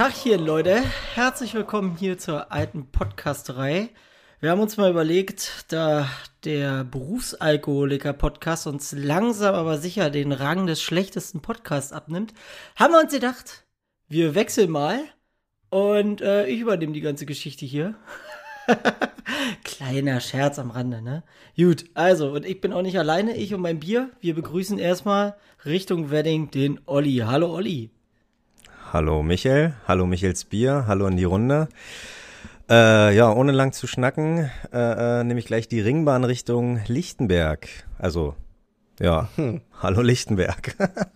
Tachchen, Leute. Herzlich willkommen hier zur alten Podcast-Reihe. Wir haben uns mal überlegt, da der Berufsalkoholiker-Podcast uns langsam aber sicher den Rang des schlechtesten Podcasts abnimmt, haben wir uns gedacht, wir wechseln mal und ich übernehme die ganze Geschichte hier. Kleiner Scherz am Rande, ne? Gut, also, und ich bin auch nicht alleine, ich und mein Bier. Wir begrüßen erstmal Richtung Wedding den Olli. Hallo Olli. Hallo Michael, hallo Michaels Bier, hallo in die Runde. Ja, ohne lang zu schnacken, nehme ich gleich die Ringbahn Richtung Lichtenberg. Also, ja, hallo Lichtenberg.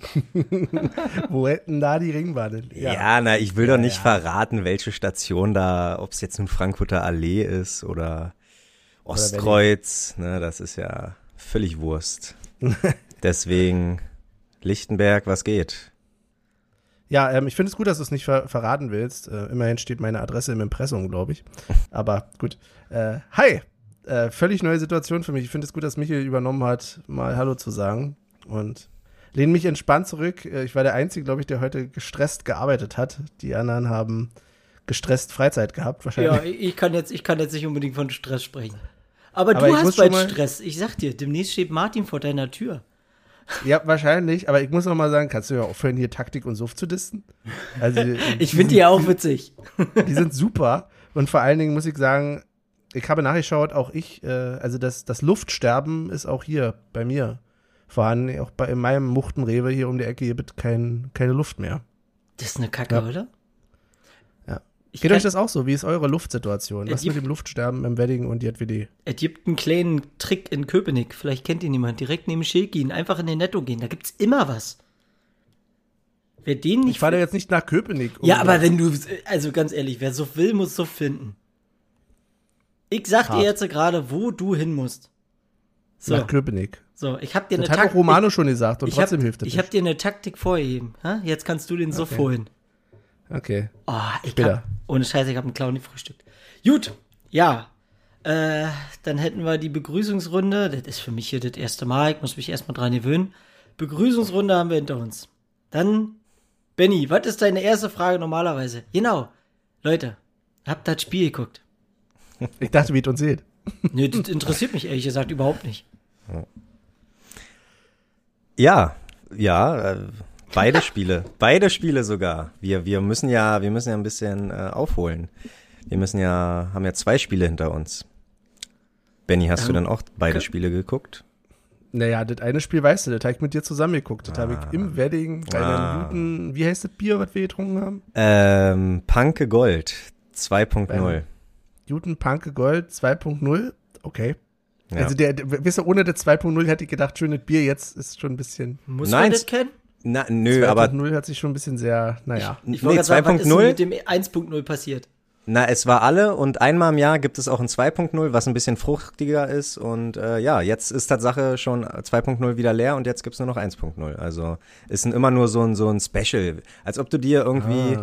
Wo hätten da die Ringbahn? Ja, ich will doch nicht verraten, welche Station da, ob es jetzt nun Frankfurter Allee ist oder Ostkreuz, ne, das ist ja völlig Wurst. Deswegen, Lichtenberg, was geht? Ja, ich finde es gut, dass du es nicht verraten willst. Immerhin steht meine Adresse im Impressum, glaube ich. Aber gut. Hi, völlig neue Situation für mich. Ich finde es gut, dass Michael übernommen hat, mal Hallo zu sagen. Und lehne mich entspannt zurück. Ich war der Einzige, glaube ich, der heute gestresst gearbeitet hat. Die anderen haben gestresst Freizeit gehabt, wahrscheinlich. Ja, ich kann jetzt nicht unbedingt von Stress sprechen. Aber du hast bald Stress. Ich sag dir, demnächst steht Martin vor deiner Tür. Ja, wahrscheinlich, aber ich muss noch mal sagen, kannst du ja aufhören, hier Taktik und Suff zu dissen? Also, ich finde die ja auch witzig. Die sind super und vor allen Dingen muss ich sagen, ich habe nachgeschaut, auch ich, also das Luftsterben ist auch hier bei mir vorhanden, auch in meinem Muchtenrewe hier um die Ecke, hier wird keine Luft mehr. Das ist eine Kacke, ja. Oder? Ja. Geht euch das auch so? Wie ist eure Luftsituation? Was mit dem Luftsterben im Wedding und JWD? Es gibt einen kleinen Trick in Köpenick, vielleicht kennt ihn jemand, direkt neben Schilkin, einfach in den Netto gehen, da gibt's immer was. Wer den nicht. Ich fahre jetzt nicht nach Köpenick. Ja, aber wenn du, also ganz ehrlich, wer so will, muss so finden. Ich sag dir jetzt gerade, wo du hin musst. So. Nach Köpenick. So, ich hab dir das hat auch Romano schon gesagt und trotzdem hilft das nicht. Ich hab dir eine Taktik vorgegeben. Ha? Jetzt kannst du den so vorhin. Okay. Oh, ohne Scheiße, ich hab einen Clown gefrühstückt. Gut, ja. Dann hätten wir die Begrüßungsrunde. Das ist für mich hier das erste Mal. Ich muss mich erstmal dran gewöhnen. Begrüßungsrunde haben wir hinter uns. Dann, Benny, was ist deine erste Frage normalerweise? Genau. Leute, habt das Spiel geguckt? Ich dachte, wie es uns seht. Nö, das interessiert mich ehrlich gesagt überhaupt nicht. Ja, beide Spiele sogar. Wir müssen ja ein bisschen aufholen. Haben ja 2 Spiele hinter uns. Benny, hast du dann auch beide Spiele geguckt? Naja, das eine Spiel weißt du, das habe ich mit dir zusammen geguckt. Das habe ich im Wedding bei einem guten, wie heißt das Bier, was wir getrunken haben? Panke Gold 2.0. Guten Panke Gold 2.0, okay. Ja. Also wisst ihr, ohne das 2.0 hätte ich gedacht, schönes Bier, jetzt ist schon ein bisschen. Muss man das kennen? Nö, 2. aber 2.0 hört sich schon ein bisschen sehr, naja. Ich wollte sagen, was ist denn mit dem 1.0 passiert? Na, es war alle und einmal im Jahr gibt es auch ein 2.0, was ein bisschen fruchtiger ist und jetzt ist Tatsache schon 2.0 wieder leer und jetzt gibt's nur noch 1.0. Also ist immer nur so ein Special, als ob du dir irgendwie,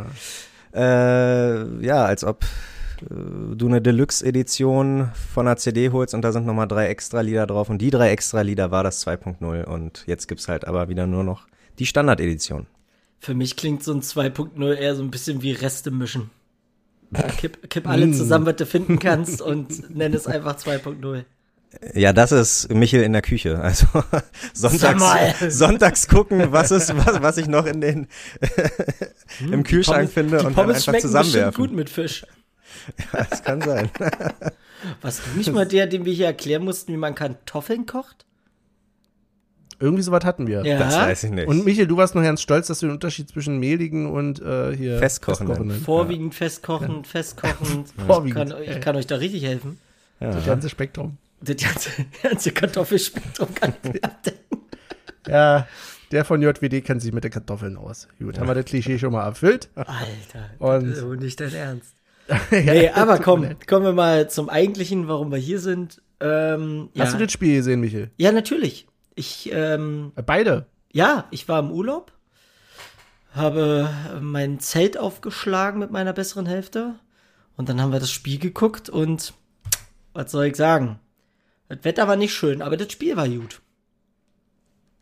als ob du eine Deluxe-Edition von einer CD holst und da sind nochmal 3 extra Lieder drauf und die 3 extra Lieder war das 2.0 und jetzt gibt's halt aber wieder nur noch die Standard-Edition. Für mich klingt so ein 2.0 eher so ein bisschen wie Reste mischen. Kipp alle zusammen, was du finden kannst und nenn es einfach 2.0. Ja, das ist Michel in der Küche. Also sonntags gucken, was ich noch in den im Kühlschrank finde und dann einfach zusammenwerfen. Gut mit Fisch. Ja, das kann sein. Warst du nicht mal der, dem wir hier erklären mussten, wie man Kartoffeln kocht? Irgendwie sowas hatten wir. Ja. Das weiß ich nicht. Und Michael, du warst noch ganz stolz, dass du den Unterschied zwischen mehligen und hier Festkochenden. Vorwiegend festkochend. Ich kann euch da richtig helfen. Ja. Das ganze Spektrum. Das ganze Kartoffelspektrum kann ich abdecken. Ja, der von JWD kennt sich mit den Kartoffeln aus. Gut, haben wir das Klischee schon mal erfüllt. Alter, und das ist nicht dein Ernst. Nee, aber kommen wir mal zum Eigentlichen, warum wir hier sind. Hast du das Spiel gesehen, Michael? Ja, natürlich. Beide? Ja, ich war im Urlaub, habe mein Zelt aufgeschlagen mit meiner besseren Hälfte und dann haben wir das Spiel geguckt und was soll ich sagen? Das Wetter war nicht schön, aber das Spiel war gut.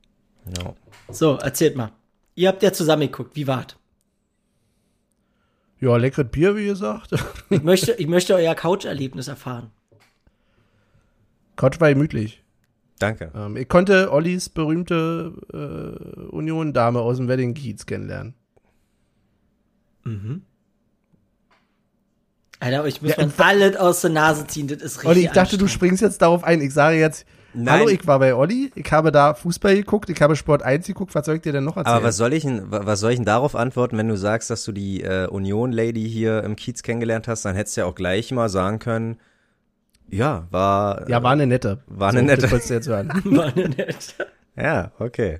Ja. So, erzählt mal. Ihr habt ja zusammen geguckt, wie war's? Ja, leckeres Bier, wie gesagt. Ich möchte euer Couch-Erlebnis erfahren. Couch war gemütlich. Danke. Ich konnte Ollis berühmte Union-Dame aus dem Wedding-Kiez kennenlernen. Alter, ich muss man alles aus der Nase ziehen, das ist richtig Olli, ich dachte, du anstrengend. springst jetzt darauf ein. Ich sage jetzt, Nein. hallo, ich war bei Olli, ich habe da Fußball geguckt, ich habe Sport 1 geguckt, was soll ich dir denn noch erzählen? Aber was soll ich denn darauf antworten, wenn du sagst, dass du die Union-Lady hier im Kiez kennengelernt hast, dann hättest du ja auch gleich mal sagen können, ja, war eine nette. War eine nette. Das wolltest du jetzt hören. War nett. Ja, okay.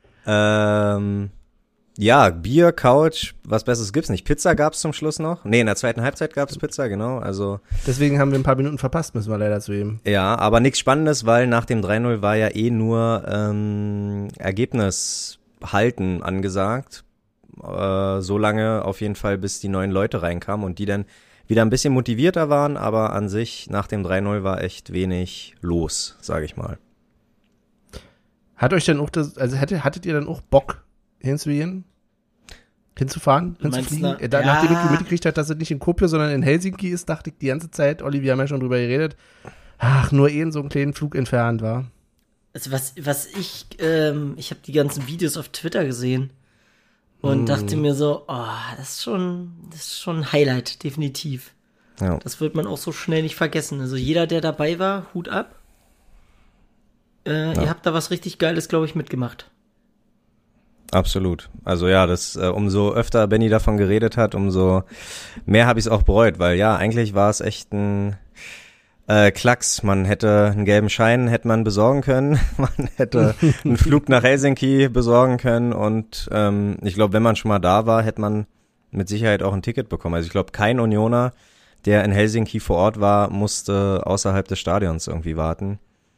Ja, Bier, Couch, was Besseres gibt's nicht. Pizza gab's zum Schluss noch. Nee, in der zweiten Halbzeit gab's Pizza, genau. Also Deswegen haben wir ein paar Minuten verpasst, müssen wir leider zugeben. ja, aber nichts Spannendes, weil nach dem 3-0 war ja nur Ergebnis halten angesagt. So lange auf jeden Fall, bis die neuen Leute reinkamen und die dann wieder ein bisschen motivierter waren, aber an sich nach dem 3-0 war echt wenig los, sage ich mal. Hat euch denn auch hattet ihr dann auch Bock hinzufahren, hinzufliegen? Nachdem ich mitgekriegt habe, dass es nicht in Kuopio, sondern in Helsinki ist, dachte ich die ganze Zeit, Olli, wir haben ja schon drüber geredet, nur so einen kleinen Flug entfernt war. Also ich habe die ganzen Videos auf Twitter gesehen und dachte mir so, das ist schon ein Highlight, definitiv. Ja. Das wird man auch so schnell nicht vergessen. Also jeder, der dabei war, Hut ab. Ihr habt da was richtig Geiles, glaube ich, mitgemacht. Absolut. Also ja, umso öfter Benny davon geredet hat, umso mehr habe ich es auch bereut, weil ja, eigentlich war es echt ein Klacks. Man hätte einen gelben Schein hätte man besorgen können, man hätte einen Flug nach Helsinki besorgen können und ich glaube, wenn man schon mal da war, hätte man mit Sicherheit auch ein Ticket bekommen. Also ich glaube, kein Unioner, der in Helsinki vor Ort war, musste außerhalb des Stadions irgendwie warten.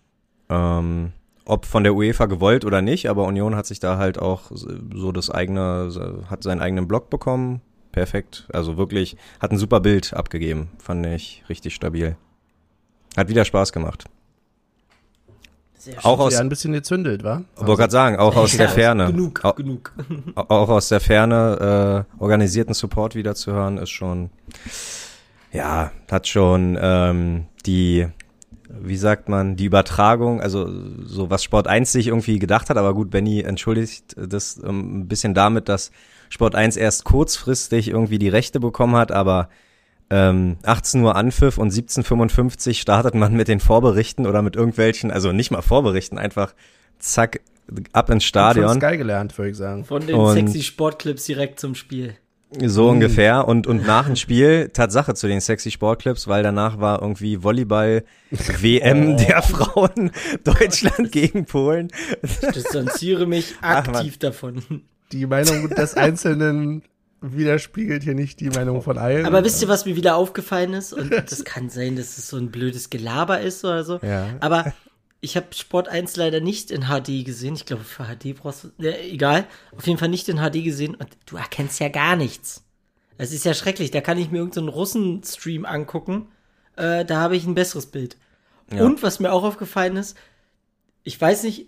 Ob von der UEFA gewollt oder nicht, aber Union hat sich da halt auch hat seinen eigenen Blog bekommen. Perfekt. Also wirklich, hat ein super Bild abgegeben. Fand ich richtig stabil. Hat wieder Spaß gemacht. Sehr Auch aus, Ja, ein bisschen gezündelt, wa? wollte gerade sagen, auch aus der Ferne. Genug. Auch aus der Ferne organisierten Support wieder zu hören, ist schon, ja, hat schon wie sagt man, die Übertragung, also so was Sport 1 sich irgendwie gedacht hat, aber gut, Benny entschuldigt das ein bisschen damit, dass Sport 1 erst kurzfristig irgendwie die Rechte bekommen hat, aber 18 Uhr Anpfiff und 17:55 startet man mit den Vorberichten oder mit irgendwelchen, also nicht mal Vorberichten, einfach zack, ab ins Stadion. Von Sky gelernt, würde ich sagen. Von den sexy Sportclips direkt zum Spiel. So ungefähr und nach dem Spiel, Tatsache zu den sexy Sportclips, weil danach war irgendwie Volleyball-WM der Frauen, Deutschland gegen Polen. Ich distanziere mich aktiv davon. Die Meinung des Einzelnen widerspiegelt hier nicht die Meinung von allen. Aber wisst ihr, was mir wieder aufgefallen ist? Und das kann sein, dass es so ein blödes Gelaber ist oder so. Ja. Aber ich habe Sport 1 leider nicht in HD gesehen. Ich glaube, für HD brauchst du, egal. Auf jeden Fall nicht in HD gesehen. Und du erkennst ja gar nichts. Es ist ja schrecklich. Da kann ich mir irgendeinen Russen-Stream angucken. Da habe ich ein besseres Bild. Ja. Und was mir auch aufgefallen ist, ich weiß nicht,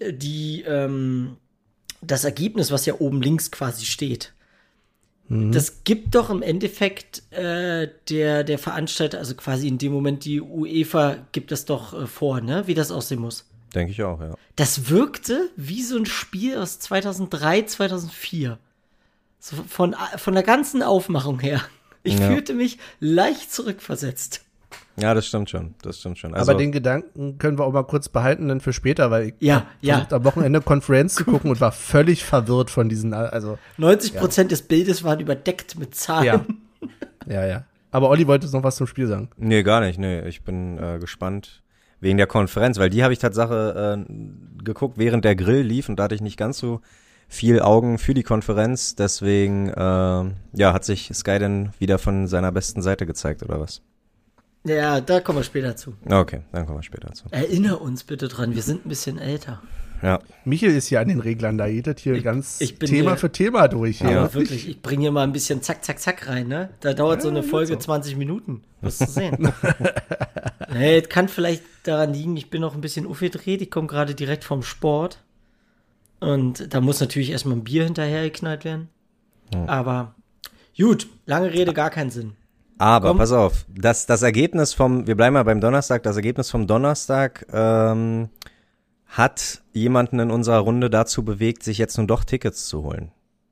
das Ergebnis, was ja oben links quasi steht, das gibt doch im Endeffekt der Veranstalter, also quasi in dem Moment die UEFA gibt das doch vor, ne, wie das aussehen muss. Denke ich auch, ja. Das wirkte wie so ein Spiel aus 2003, 2004. So von der ganzen Aufmachung her. Ich fühlte mich leicht zurückversetzt. Ja, das stimmt schon. Also, aber den Gedanken können wir auch mal kurz behalten, dann für später, weil ich versucht, am Wochenende Konferenz zu gucken und war völlig verwirrt von diesen, also 90% des Bildes waren überdeckt mit Zahlen. Ja. Aber Olli wollte noch was zum Spiel sagen. Nee, gar nicht. Nee, ich bin gespannt wegen der Konferenz, weil die habe ich Tatsache geguckt, während der Grill lief und da hatte ich nicht ganz so viel Augen für die Konferenz. Deswegen hat sich Sky dann wieder von seiner besten Seite gezeigt, oder was? Ja, da kommen wir später zu. Okay, dann kommen wir später zu. Erinnere uns bitte dran, wir sind ein bisschen älter. Ja. Michael ist hier an den Reglern, da geht das hier ganz ich bin Thema für Thema durch. Aber Ja. wirklich, ich bringe hier mal ein bisschen zack, zack, zack rein, ne? Da dauert so eine Folge 20 Minuten. Wirst du sehen. Nee, es kann vielleicht daran liegen, ich bin noch ein bisschen aufgedreht, ich komme gerade direkt vom Sport. Und da muss natürlich erstmal ein Bier hinterher geknallt werden. Aber Gut, lange Rede, gar keinen Sinn. Aber, Komm. pass auf, das Ergebnis wir bleiben mal beim Donnerstag, das Ergebnis vom Donnerstag hat jemanden in unserer Runde dazu bewegt, sich jetzt nun doch Tickets zu holen.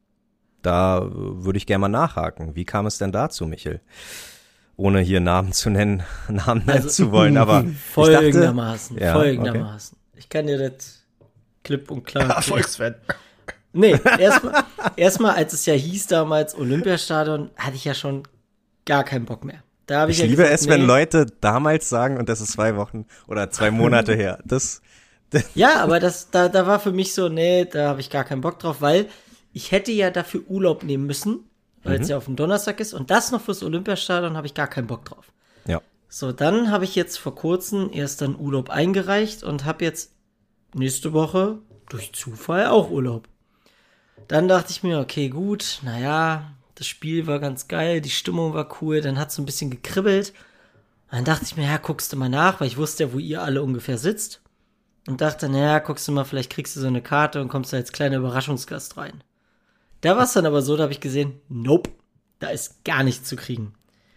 Da würde ich gerne mal nachhaken. Wie kam es denn dazu, Michel? Ohne hier Namen zu nennen, nennen zu wollen, aber folgendermaßen, ich dachte, folgendermaßen. Okay. Ich kann dir das klipp und klar. Erfolgsfan. Nee, erstmal, als es ja hieß damals Olympiastadion, hatte ich ja schon gar keinen Bock mehr. Da habe ich ja liebe gesagt, es, wenn Leute damals sagen, und das ist 2 Wochen oder 2 Monate her. Ja, aber da war für mich so, nee, da habe ich gar keinen Bock drauf, weil ich hätte ja dafür Urlaub nehmen müssen, weil es ja auf dem Donnerstag ist, und das noch fürs Olympiastadion habe ich gar keinen Bock drauf. Ja. So, dann habe ich jetzt vor kurzem erst dann Urlaub eingereicht und habe jetzt nächste Woche durch Zufall auch Urlaub. Dann dachte ich mir, okay, gut, naja, das Spiel war ganz geil, die Stimmung war cool, dann hat es so ein bisschen gekribbelt. Dann dachte ich mir, ja, guckst du mal nach, weil ich wusste ja, wo ihr alle ungefähr sitzt. Und dachte, naja, guckst du mal, vielleicht kriegst du so eine Karte und kommst da als kleiner Überraschungsgast rein. Da war es dann aber so, da habe ich gesehen, nope, da ist gar nichts zu kriegen.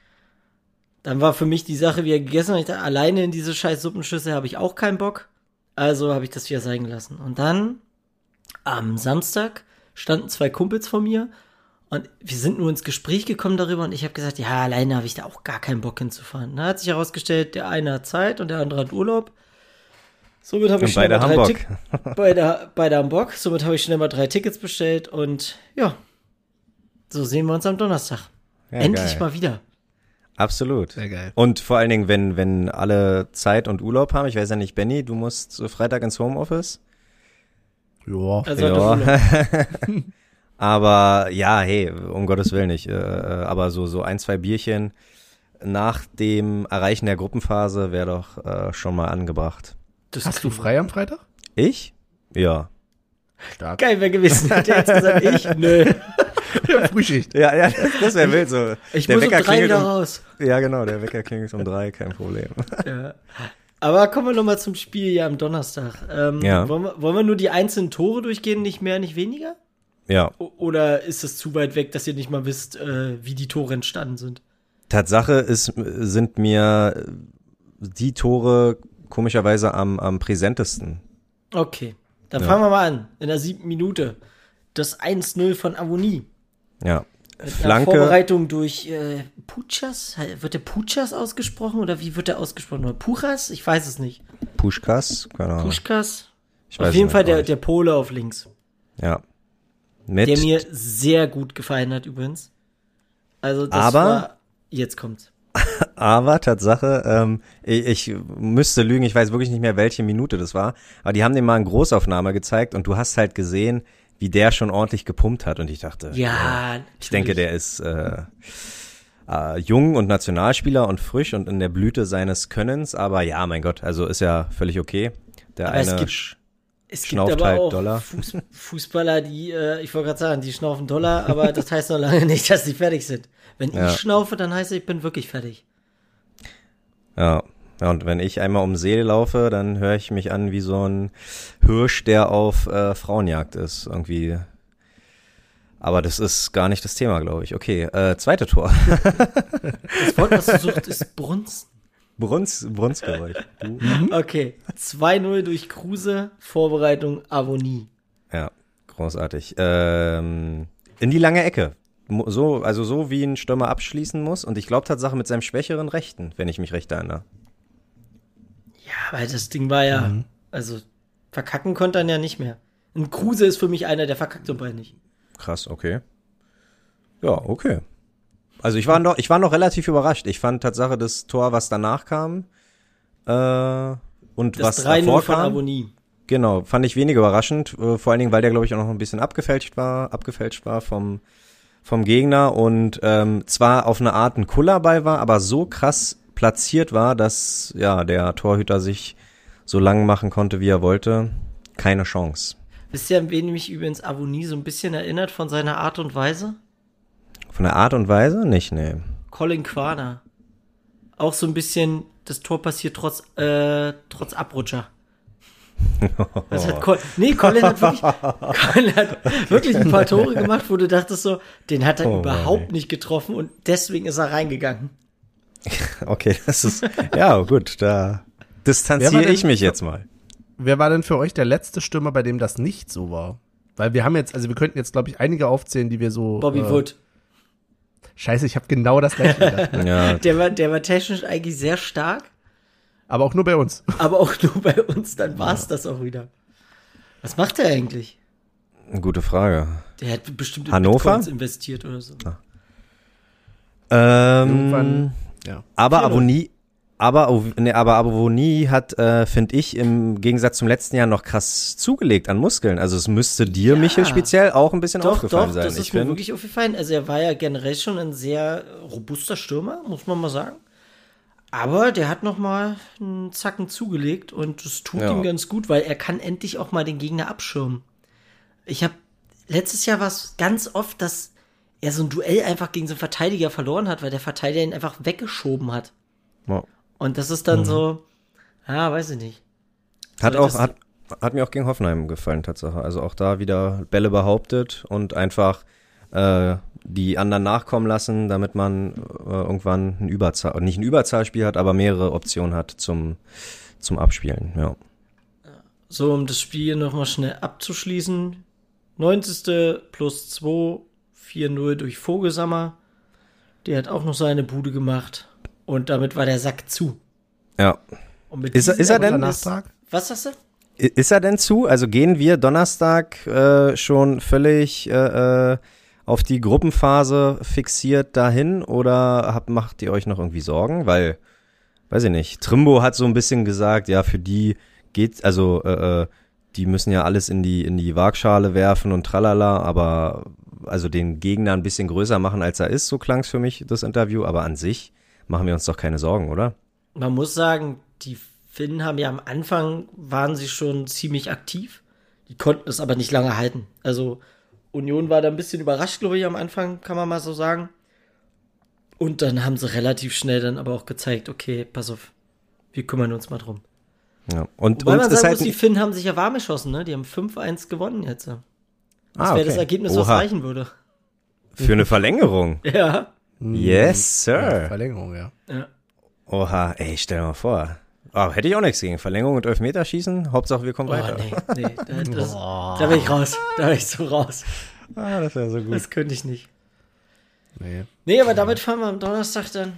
Dann war für mich die Sache wieder gegessen und ich dachte, alleine in diese scheiß Suppenschüssel habe ich auch keinen Bock. Also habe ich das wieder sein gelassen. Und dann, am Samstag, standen 2 Kumpels von mir und wir sind nur ins Gespräch gekommen darüber und ich habe gesagt, ja, alleine habe ich da auch gar keinen Bock hinzufahren. Da hat sich herausgestellt, der eine hat Zeit und der andere hat Urlaub. Somit habe ich schnell mal 3 Tickets. Beide haben Bock. Somit habe ich schnell mal 3 Tickets bestellt und ja, so sehen wir uns am Donnerstag. Ja, endlich geil. mal wieder. Absolut. Sehr geil. Und vor allen Dingen, wenn alle Zeit und Urlaub haben, ich weiß ja nicht, Benny, du musst so Freitag ins Homeoffice. Ja. Also hat er Urlaub. Aber ja, hey, um Gottes Willen nicht. Aber so 1, 2 Bierchen nach dem Erreichen der Gruppenphase wäre doch schon mal angebracht. Hast du frei am Freitag? Ich? Ja. Stark. Geil wäre gewesen. Hätte er jetzt gesagt, ich? Nö. Ja, Frühschicht. Ja, das wäre wild so. Ich Der muss um Wecker 3 wieder klingelt raus. Ja, genau, der Wecker klingelt um 3, kein Problem. Ja. Aber kommen wir nochmal zum Spiel ja am Donnerstag. Ja. Wollen wir nur die einzelnen Tore durchgehen, nicht mehr, nicht weniger? Ja. Oder ist es zu weit weg, dass ihr nicht mal wisst, wie die Tore entstanden sind? Tatsache sind mir die Tore komischerweise am präsentesten. Okay, dann Ja. fangen wir mal an. In der 7. Minute. Das 1-0 von Avonie. Ja. Mit einer Flanke. Vorbereitung durch Puchas. Wird der Puchas ausgesprochen oder wie wird der ausgesprochen? Oder Puchas? Ich weiß es nicht. Puschkas, keine Ahnung. Puschkas? Ich weiß Auf jeden es Fall nicht. der Pole auf links. Ja. Der mir sehr gut gefallen hat übrigens. Also das Aber- war... Jetzt kommt's. Aber Tatsache, ich müsste lügen, ich weiß wirklich nicht mehr, welche Minute das war, aber die haben dem mal in Großaufnahme gezeigt und du hast halt gesehen, wie der schon ordentlich gepumpt hat und ich dachte, Ja, ich denke, der ist jung und Nationalspieler und frisch und in der Blüte seines Könnens, aber ja, mein Gott, also ist ja völlig okay. Der Aber es eine gibt- Es gibt schnauft aber halt auch Dollar. Fußballer, die, ich wollte gerade sagen, die schnaufen Dollar, aber das heißt noch lange nicht, dass sie fertig sind. Wenn Ja. ich schnaufe, dann heißt es, ich bin wirklich fertig. Ja. Ja, und wenn ich einmal um See laufe, dann höre ich mich an wie so ein Hirsch, der auf Frauenjagd ist, irgendwie. Aber das ist gar nicht das Thema, glaube ich. Okay, zweite Tor. Das Wort, was du suchst, ist Brunst. Brunstgeräusch. Okay, 2-0 durch Kruse, Vorbereitung Avonie. Ja, großartig. In die lange Ecke. So wie ein Stürmer abschließen muss. Und ich glaube Tatsache mit seinem schwächeren Rechten, wenn ich mich recht erinnere. Ja, weil das Ding war ja, also verkacken konnte er ja nicht mehr. Und Kruse ist für mich einer, der verkackt so bald nicht. Krass, okay. Ja, okay. Also ich war noch relativ überrascht. Ich fand Tatsache das Tor, was danach kam, und Das was 3-0 davor von kam, Avonie. genau, fand ich weniger überraschend. Vor allen Dingen, weil der, glaube ich, auch noch ein bisschen abgefälscht war vom Gegner und zwar auf eine Art ein Kullerball war, aber so krass platziert war, dass ja der Torhüter sich so lang machen konnte, wie er wollte. Keine Chance. Wisst ihr, an wen mich übrigens Avonie so ein bisschen erinnert von seiner Art und Weise? Von der Art und Weise? Nicht, nee. Colin Quaner. Auch so ein bisschen, das Tor passiert trotz Abrutscher. Colin hat wirklich ein paar Tore gemacht, wo du dachtest so, den hat er überhaupt nicht getroffen und deswegen ist er reingegangen. Okay, das ist, ja gut, da distanziere ich mich jetzt mal. Wer war denn für euch der letzte Stürmer, bei dem das nicht so war? Weil wir haben jetzt, also wir könnten jetzt, glaube ich, einige aufzählen, die wir so. Bobby Wood. Scheiße, ich habe genau das gleiche gedacht. Ja. Der war technisch eigentlich sehr stark. Aber auch nur bei uns. Aber auch nur bei uns, dann war es das auch wieder. Was macht er eigentlich? Gute Frage. Der hat bestimmt in Hannover? Bitcoins investiert oder so. Irgendwann, ja. Aber Abovoni hat, finde ich, im Gegensatz zum letzten Jahr noch krass zugelegt an Muskeln. Also es müsste dir, Michel, speziell auch ein bisschen aufgefallen sein. Doch, das ist mir wirklich aufgefallen. Also er war ja generell schon ein sehr robuster Stürmer, muss man mal sagen. Aber der hat noch mal einen Zacken zugelegt und das tut ihm ganz gut, weil er kann endlich auch mal den Gegner abschirmen. Letztes Jahr war es ganz oft, dass er so ein Duell einfach gegen so einen Verteidiger verloren hat, weil der Verteidiger ihn einfach weggeschoben hat. Ja. Und das ist dann so, weiß ich nicht. Hat mir auch gegen Hoffenheim gefallen, Tatsache. Also auch da wieder Bälle behauptet und einfach die anderen nachkommen lassen, damit man irgendwann nicht ein Überzahlspiel hat, aber mehrere Optionen hat zum Abspielen, ja. So, um das Spiel nochmal schnell abzuschließen. 90. plus 2, 4-0 durch Vogelsammer. Der hat auch noch seine Bude gemacht. Und damit war der Sack zu. Ja. Und mit Ist er denn? Nachtrag? Was sagst du? Ist er denn zu? Also gehen wir Donnerstag schon völlig auf die Gruppenphase fixiert dahin oder macht ihr euch noch irgendwie Sorgen? Weil, weiß ich nicht, Trimbo hat so ein bisschen gesagt, ja, für die geht, also die müssen ja alles in die Waagschale werfen und tralala, aber also den Gegner ein bisschen größer machen, als er ist, so klang's für mich, das Interview, aber an sich machen wir uns doch keine Sorgen, oder? Man muss sagen, die Finnen haben ja am Anfang, waren sie schon ziemlich aktiv. Die konnten es aber nicht lange halten. Also Union war da ein bisschen überrascht, glaube ich, am Anfang, kann man mal so sagen. Und dann haben sie relativ schnell dann aber auch gezeigt, okay, pass auf, wir kümmern uns mal drum. Ja. Und Weil uns man ist sagen halt muss, die Finnen haben sich ja warm geschossen, ne? Die haben 5-1 gewonnen jetzt. Das wäre okay. das Ergebnis, was Oha. reichen würde. Für eine Verlängerung. Ja. Yes, Ja, sir. Verlängerung, ja. Oha, ey, stell dir mal vor. Oh, hätte ich auch nichts gegen. Verlängerung und Elfmeterschießen, Hauptsache wir kommen weiter. Nee, da bin ich raus. Da bin ich so raus. Ah, das wäre so gut. Das könnte ich nicht. Nee. Nee, aber damit fahren wir am Donnerstag dann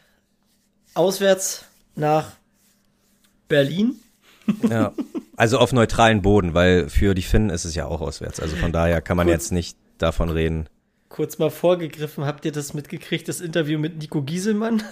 auswärts nach Berlin. Ja. Also auf neutralen Boden, weil für die Finnen ist es ja auch auswärts. Also von daher kann man jetzt nicht davon reden. Kurz mal vorgegriffen, habt ihr das mitgekriegt, das Interview mit Nico Gieselmann?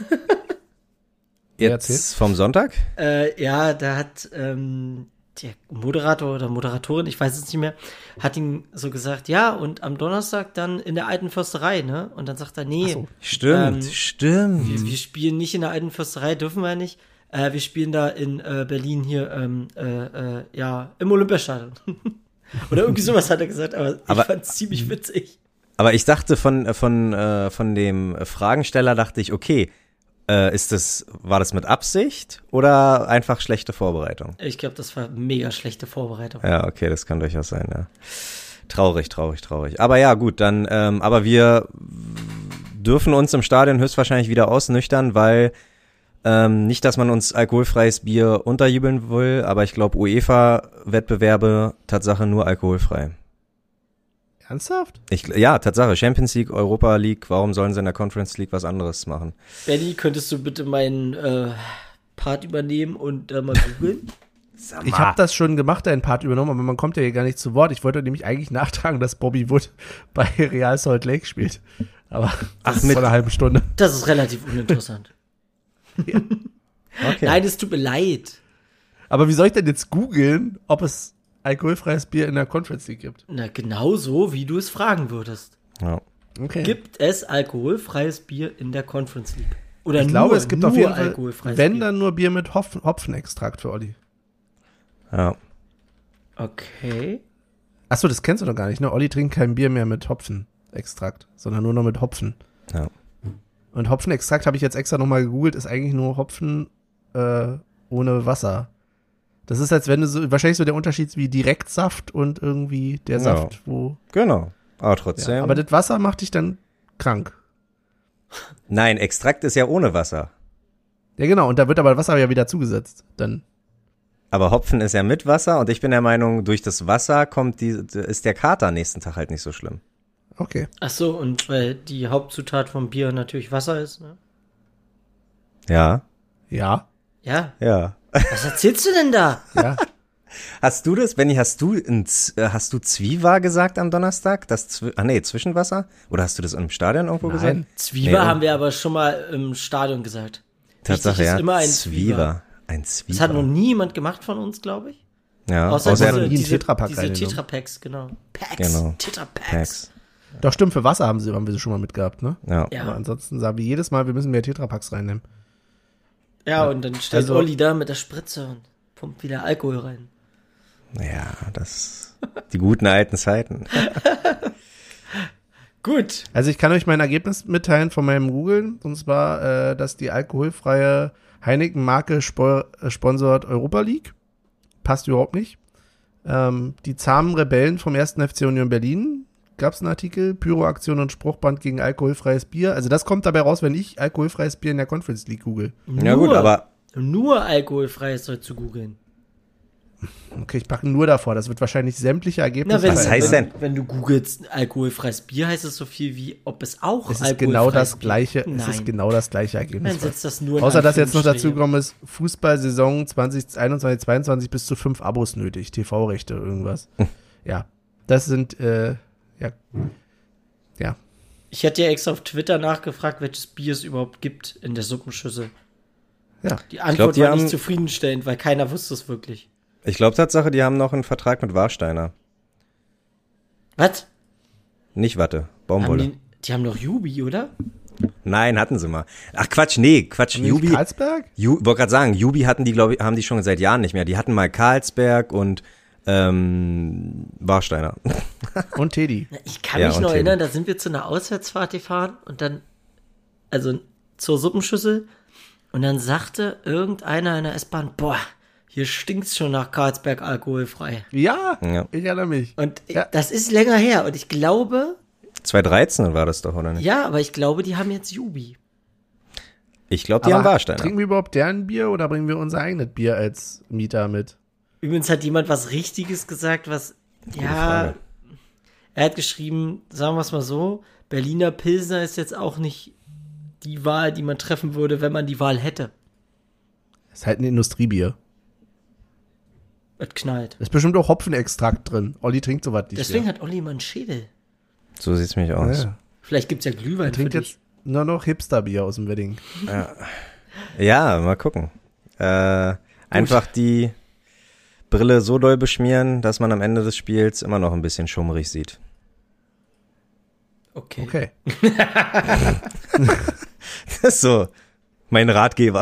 Jetzt vom Sonntag? Ja, da hat der Moderator oder Moderatorin, ich weiß es nicht mehr, hat ihm so gesagt, ja, und am Donnerstag dann in der Alten Försterei, ne? Und dann sagt er, nee, Stimmt. wir spielen nicht in der Alten Försterei, dürfen wir nicht. Wir spielen da in Berlin hier, im Olympiastadion. Oder irgendwie sowas hat er gesagt, aber ich fand's ziemlich witzig. Aber ich dachte von dem Fragensteller dachte ich, okay, war das mit Absicht oder einfach schlechte Vorbereitung? Ich glaube, das war mega schlechte Vorbereitung. Ja, okay, das kann durchaus sein, ja. Traurig. Aber ja, gut, dann, aber wir dürfen uns im Stadion höchstwahrscheinlich wieder ausnüchtern, weil nicht, dass man uns alkoholfreies Bier unterjubeln will, aber ich glaube, UEFA-Wettbewerbe, Tatsache nur alkoholfrei. Ernsthaft? Ja, Tatsache, Champions League, Europa League, warum sollen sie in der Conference League was anderes machen? Benny, könntest du bitte meinen Part übernehmen und mal googeln? Ich habe das schon gemacht, einen Part übernommen, aber man kommt ja hier gar nicht zu Wort. Ich wollte nämlich eigentlich nachtragen, dass Bobby Wood bei Real Salt Lake spielt. Aber das ist vor einer halben Stunde. Das ist relativ uninteressant. Ja. Okay. Nein, es tut mir leid. Aber wie soll ich denn jetzt googeln, ob es alkoholfreies Bier in der Conference League gibt? Na, genau so, wie du es fragen würdest. Ja. Okay. Gibt es alkoholfreies Bier in der Conference League? Oder Ich glaube, es gibt auf jeden Fall, alkoholfreies wenn Bier? dann nur Bier mit Hopfenextrakt für Olli. Ja. Okay. Achso, das kennst du doch gar nicht, ne? Olli trinkt kein Bier mehr mit Hopfenextrakt, sondern nur noch mit Hopfen. Ja. Und Hopfenextrakt habe ich jetzt extra nochmal gegoogelt, ist eigentlich nur Hopfen ohne Wasser. Das ist, als wenn du wahrscheinlich so der Unterschied wie Direktsaft und irgendwie der Saft, wo. Genau. Aber trotzdem. Ja, aber das Wasser macht dich dann krank. Nein, Extrakt ist ja ohne Wasser. Ja, genau. Und da wird aber Wasser ja wieder zugesetzt. Dann. Aber Hopfen ist ja mit Wasser und ich bin der Meinung, durch das Wasser ist der Kater nächsten Tag halt nicht so schlimm. Okay. Ach so, und weil die Hauptzutat vom Bier natürlich Wasser ist, ne? Ja. Ja. Ja. Ja. Was erzählst du denn da? Ja. Hast du das, Benni, hast du Zwiewa gesagt am Donnerstag? Zwischenwasser? Oder hast du das im Stadion irgendwo gesagt? Nein. Zwieber Nee, haben wir aber schon mal im Stadion gesagt. Tatsache, Wichtig ja. ist immer ein Zwiewa. Ein Zwiewa. Das hat noch nie jemand gemacht von uns, glaube ich. Ja, Außer außer diese, nie einen diese, Tetrapack diese reingenommen. Tetrapacks, genau. Packs, Genau. Tetrapacks. Packs. Doch, stimmt, für Wasser haben wir sie schon mal mitgehabt, ne? Ja. Ja. Aber ansonsten sagen wir jedes Mal, wir müssen mehr Tetrapacks reinnehmen. Ja, und dann stellt Also- Olli da mit der Spritze und pumpt wieder Alkohol rein. Ja, die guten alten Zeiten. Gut. Also ich kann euch mein Ergebnis mitteilen von meinem Googlen. Und zwar, dass die alkoholfreie Heineken-Marke sponsort Europa League. Passt überhaupt nicht. Die zahmen Rebellen vom 1. FC Union Berlin. Gab es einen Artikel. Pyroaktion und Spruchband gegen alkoholfreies Bier. Also das kommt dabei raus, wenn ich alkoholfreies Bier in der Conference League google. Ja gut, aber Nur alkoholfreies soll zu googeln. Okay, ich packe nur davor. Das wird wahrscheinlich sämtliche Ergebnisse. wenn, Was heißt denn? Wenn du googelst alkoholfreies Bier, heißt es so viel wie, ob es auch Es ist alkoholfreies genau das Bier gleiche. gibt. Es ist Nein. genau das gleiche Ergebnis. Dann setzt das nur in Außer dass jetzt noch dazu Anführungsstriche. gekommen ist, Fußballsaison 2021, 22 bis zu 5 Abos nötig, TV-Rechte, irgendwas. Ja, das sind, ja. Ich hätte ja extra auf Twitter nachgefragt, welches Bier es überhaupt gibt in der Suppenschüssel. Ja. Die Antwort die war haben- nicht zufriedenstellend, weil keiner wusste es wirklich. ich glaube Tatsache, die haben noch einen Vertrag mit Warsteiner. Was? Nicht Watte, Haben Baumwolle. die haben doch Jubi, oder? Nein, hatten sie mal. Ach Quatsch, Jubi. Karlsberg? Wollte gerade sagen, Jubi hatten die, glaube ich, haben die schon seit Jahren nicht mehr. Die hatten mal Karlsberg und Warsteiner. Und Teddy. Na, ich kann Ja, mich und noch Teddy. erinnern, da sind wir zu einer Auswärtsfahrt gefahren und dann, also zur Suppenschüssel, und dann sagte irgendeiner in der S-Bahn, boah, hier stinkt's schon nach Karlsberg alkoholfrei. Ja, Ja. ich erinnere mich. Und Ja. das ist länger her und ich glaube, 2013 war das doch, oder nicht? ja, aber ich glaube, die haben jetzt Jubi. Ich glaube, die haben Warsteiner. Trinken wir überhaupt deren Bier oder bringen wir unser eigenes Bier als Mieter mit? Übrigens hat jemand was Richtiges gesagt, was, ja, Frage. er hat geschrieben, sagen wir es mal so, Berliner Pilsner ist jetzt auch nicht die Wahl, die man treffen würde, wenn man die Wahl hätte. Ist halt ein Industriebier. Es knallt. Ist bestimmt auch Hopfenextrakt drin. Olli trinkt sowas nicht Deswegen mehr. hat Olli mal einen Schädel. So sieht's nämlich aus. Ja. Vielleicht gibt's ja Glühwein Er trinkt für dich. jetzt nur noch Hipsterbier aus dem Wedding. Ja, mal gucken. Einfach die Brille so doll beschmieren, dass man am Ende des Spiels immer noch ein bisschen schummrig sieht. Okay. Okay. Das ist so mein Ratgeber.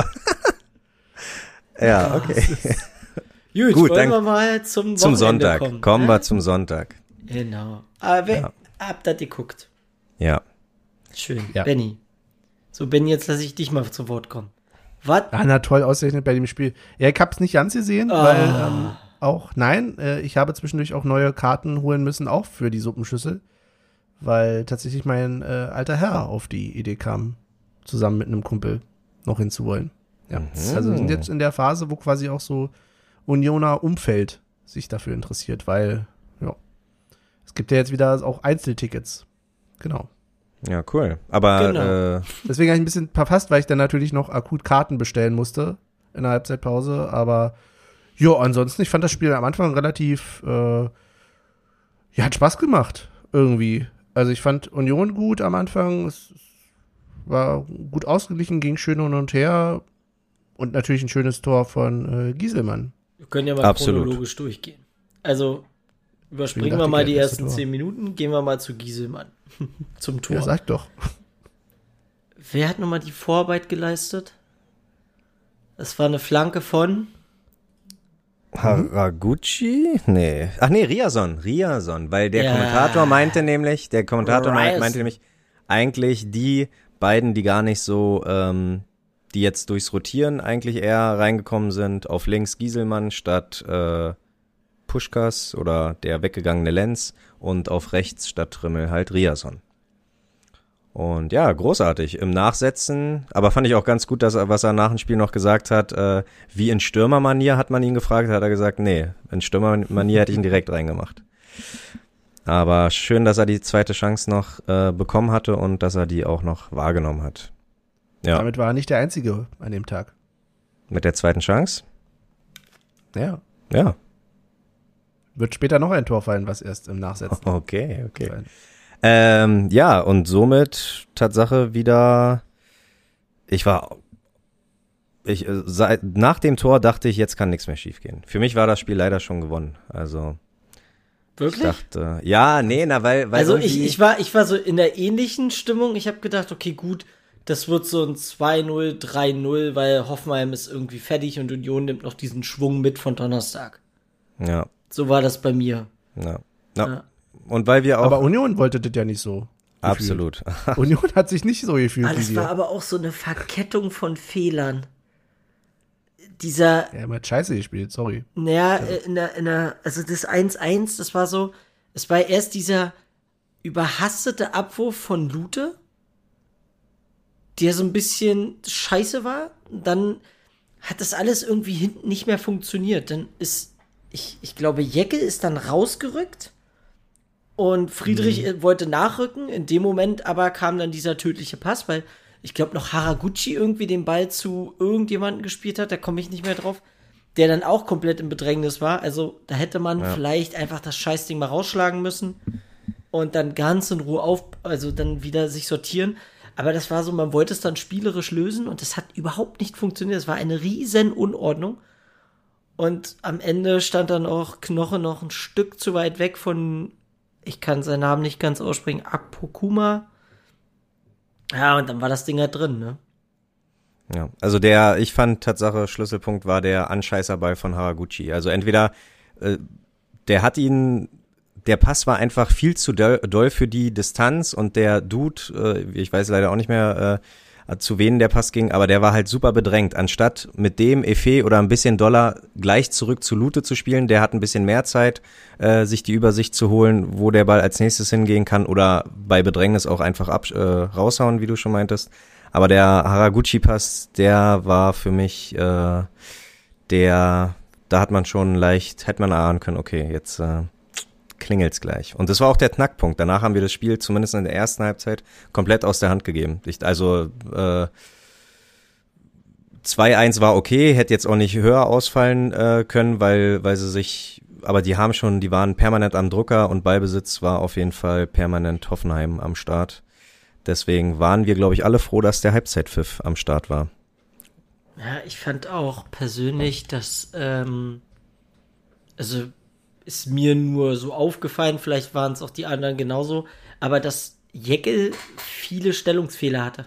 Ja, okay. Gut, Gut, wollen dann wir mal zum Zum Wochenende Sonntag. kommen. Kommen ne? wir zum Sonntag. Genau. Aber habt das geguckt. Ja. Schön. Ja. Benny. So, Benny, jetzt lasse ich dich mal zu Wort kommen. Was? Ah, na toll, ausgerechnet bei dem Spiel. Ja, ich hab's nicht ganz gesehen, weil ich habe zwischendurch auch neue Karten holen müssen, auch für die Suppenschüssel, weil tatsächlich mein alter Herr auf die Idee kam, zusammen mit einem Kumpel noch hinzuwollen. Ja, also sind jetzt in der Phase, wo quasi auch so Unioner Umfeld sich dafür interessiert, weil, ja, es gibt ja jetzt wieder auch Einzeltickets. Genau. Ja, cool. Aber Genau. Deswegen habe ich ein bisschen verpasst, weil ich dann natürlich noch akut Karten bestellen musste in der Halbzeitpause. Aber ja, ansonsten, ich fand das Spiel am Anfang relativ, hat Spaß gemacht irgendwie. Also ich fand Union gut am Anfang. Es war gut ausgeglichen, ging schön hin und her. Und natürlich ein schönes Tor von Gieselmann. Wir können ja mal Absolut. chronologisch durchgehen. Also, überspringen Deswegen wir mal dachte die ich, ersten das erste 10 Minuten, gehen wir mal zu Gieselmann. Zum Tor. Ja, sag doch. Wer hat nochmal die Vorarbeit geleistet? Das war eine Flanke von Haraguchi? Nee. Ach nee, Riason, weil der Ja. Kommentator meinte nämlich, meinte Ryerson. nämlich, eigentlich die beiden, die gar nicht so, die jetzt durchs Rotieren eigentlich eher reingekommen sind. Auf links Gieselmann statt Puschkas oder der weggegangene Lenz und auf rechts statt Trimmel halt Riasson. Und ja, großartig im Nachsetzen, aber fand ich auch ganz gut, was er nach dem Spiel noch gesagt hat, wie in Stürmermanier hat man ihn gefragt, hat er gesagt, nee, in Stürmermanier hätte ich ihn direkt reingemacht. Aber schön, dass er die zweite Chance noch bekommen hatte und dass er die auch noch wahrgenommen hat. Ja. Damit war er nicht der Einzige an dem Tag. Mit der zweiten Chance? Ja. Ja. Wird später noch ein Tor fallen, was erst im Nachsetzen. Okay. Ja, und somit Tatsache wieder, nach dem Tor dachte ich, jetzt kann nichts mehr schiefgehen. Für mich war das Spiel leider schon gewonnen. Also Wirklich? Ich dachte, ja, nee, weil also ich war so in der ähnlichen Stimmung. Ich habe gedacht, okay, gut, das wird so ein 2-0, 3-0, weil Hoffenheim ist irgendwie fertig und Union nimmt noch diesen Schwung mit von Donnerstag. Ja. So war das bei mir. Ja. Und weil wir auch. Aber Union wollte das ja nicht so. Absolut. Union hat sich nicht so gefühlt. Das war aber auch so eine Verkettung von Fehlern. Ja, er hat scheiße gespielt, sorry. Naja, also das 1-1, das war so, es war erst dieser überhastete Abwurf von Lute, der so ein bisschen scheiße war. Dann hat das alles irgendwie hinten nicht mehr funktioniert. Dann ich glaube, Jecke ist dann rausgerückt und Friedrich wollte nachrücken. In dem Moment aber kam dann dieser tödliche Pass, weil ich glaube noch Haraguchi irgendwie den Ball zu irgendjemandem gespielt hat, da komme ich nicht mehr drauf, der dann auch komplett im Bedrängnis war. Also da hätte man vielleicht einfach das Scheißding mal rausschlagen müssen und dann ganz in Ruhe also dann wieder sich sortieren. Aber das war so, man wollte es dann spielerisch lösen und das hat überhaupt nicht funktioniert. Es war eine riesen Unordnung. Und am Ende stand dann auch Knoche noch ein Stück zu weit weg von, ich kann seinen Namen nicht ganz aussprechen, Akpokuma. Ja, und dann war das Ding halt drin, ne? Ja, also ich fand Tatsache, Schlüsselpunkt war der Anscheißerball von Haraguchi. Also entweder, der Pass war einfach viel zu doll für die Distanz und der Dude, ich weiß leider auch nicht mehr, zu wen der Pass ging, aber der war halt super bedrängt. Anstatt mit dem Effet oder ein bisschen doller gleich zurück zu Lute zu spielen, der hat ein bisschen mehr Zeit, sich die Übersicht zu holen, wo der Ball als nächstes hingehen kann oder bei Bedrängnis auch einfach raushauen, wie du schon meintest. Aber der Haraguchi-Pass, der war für mich da hat man schon hätte man ahnen können, okay, jetzt klingelt's gleich. Und das war auch der Knackpunkt. Danach haben wir das Spiel, zumindest in der ersten Halbzeit, komplett aus der Hand gegeben. 2-1 war okay, hätte jetzt auch nicht höher ausfallen können, weil aber die waren permanent am Drucker und Ballbesitz war auf jeden Fall permanent Hoffenheim am Start. Deswegen waren wir, glaube ich, alle froh, dass der Halbzeitpfiff am Start war. Ja, ich fand auch persönlich, dass, also ist mir nur so aufgefallen, vielleicht waren es auch die anderen genauso, aber dass Jeckel viele Stellungsfehler hatte.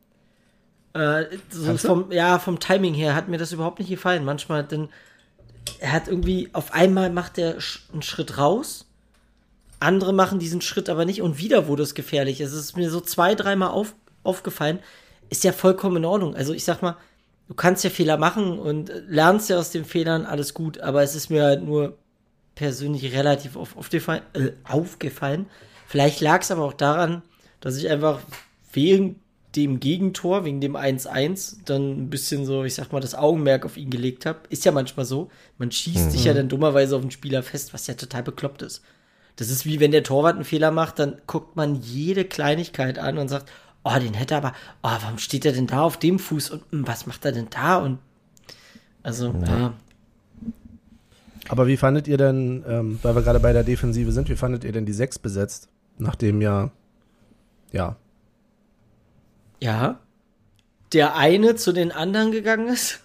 Vom Timing her hat mir das überhaupt nicht gefallen. Manchmal er hat irgendwie, auf einmal macht er einen Schritt raus, andere machen diesen Schritt aber nicht und wieder wurde es gefährlich. Es ist mir so 2-3 Mal aufgefallen, ist ja vollkommen in Ordnung. Also ich sag mal, du kannst ja Fehler machen und lernst ja aus den Fehlern, alles gut, aber es ist mir halt nur persönlich relativ aufgefallen. Vielleicht lag es aber auch daran, dass ich einfach wegen dem Gegentor, wegen dem 1-1, dann ein bisschen so, ich sag mal, das Augenmerk auf ihn gelegt habe. Ist ja manchmal so. Man schießt sich ja dann dummerweise auf den Spieler fest, was ja total bekloppt ist. Das ist wie wenn der Torwart einen Fehler macht, dann guckt man jede Kleinigkeit an und sagt, oh, den hätte er aber, oh, warum steht er denn da auf dem Fuß und was macht er denn da? Und also, ja. Aber wie fandet ihr denn, weil wir gerade bei der Defensive sind, wie fandet ihr denn die 6 besetzt? Nachdem ja. Ja, der eine zu den anderen gegangen ist.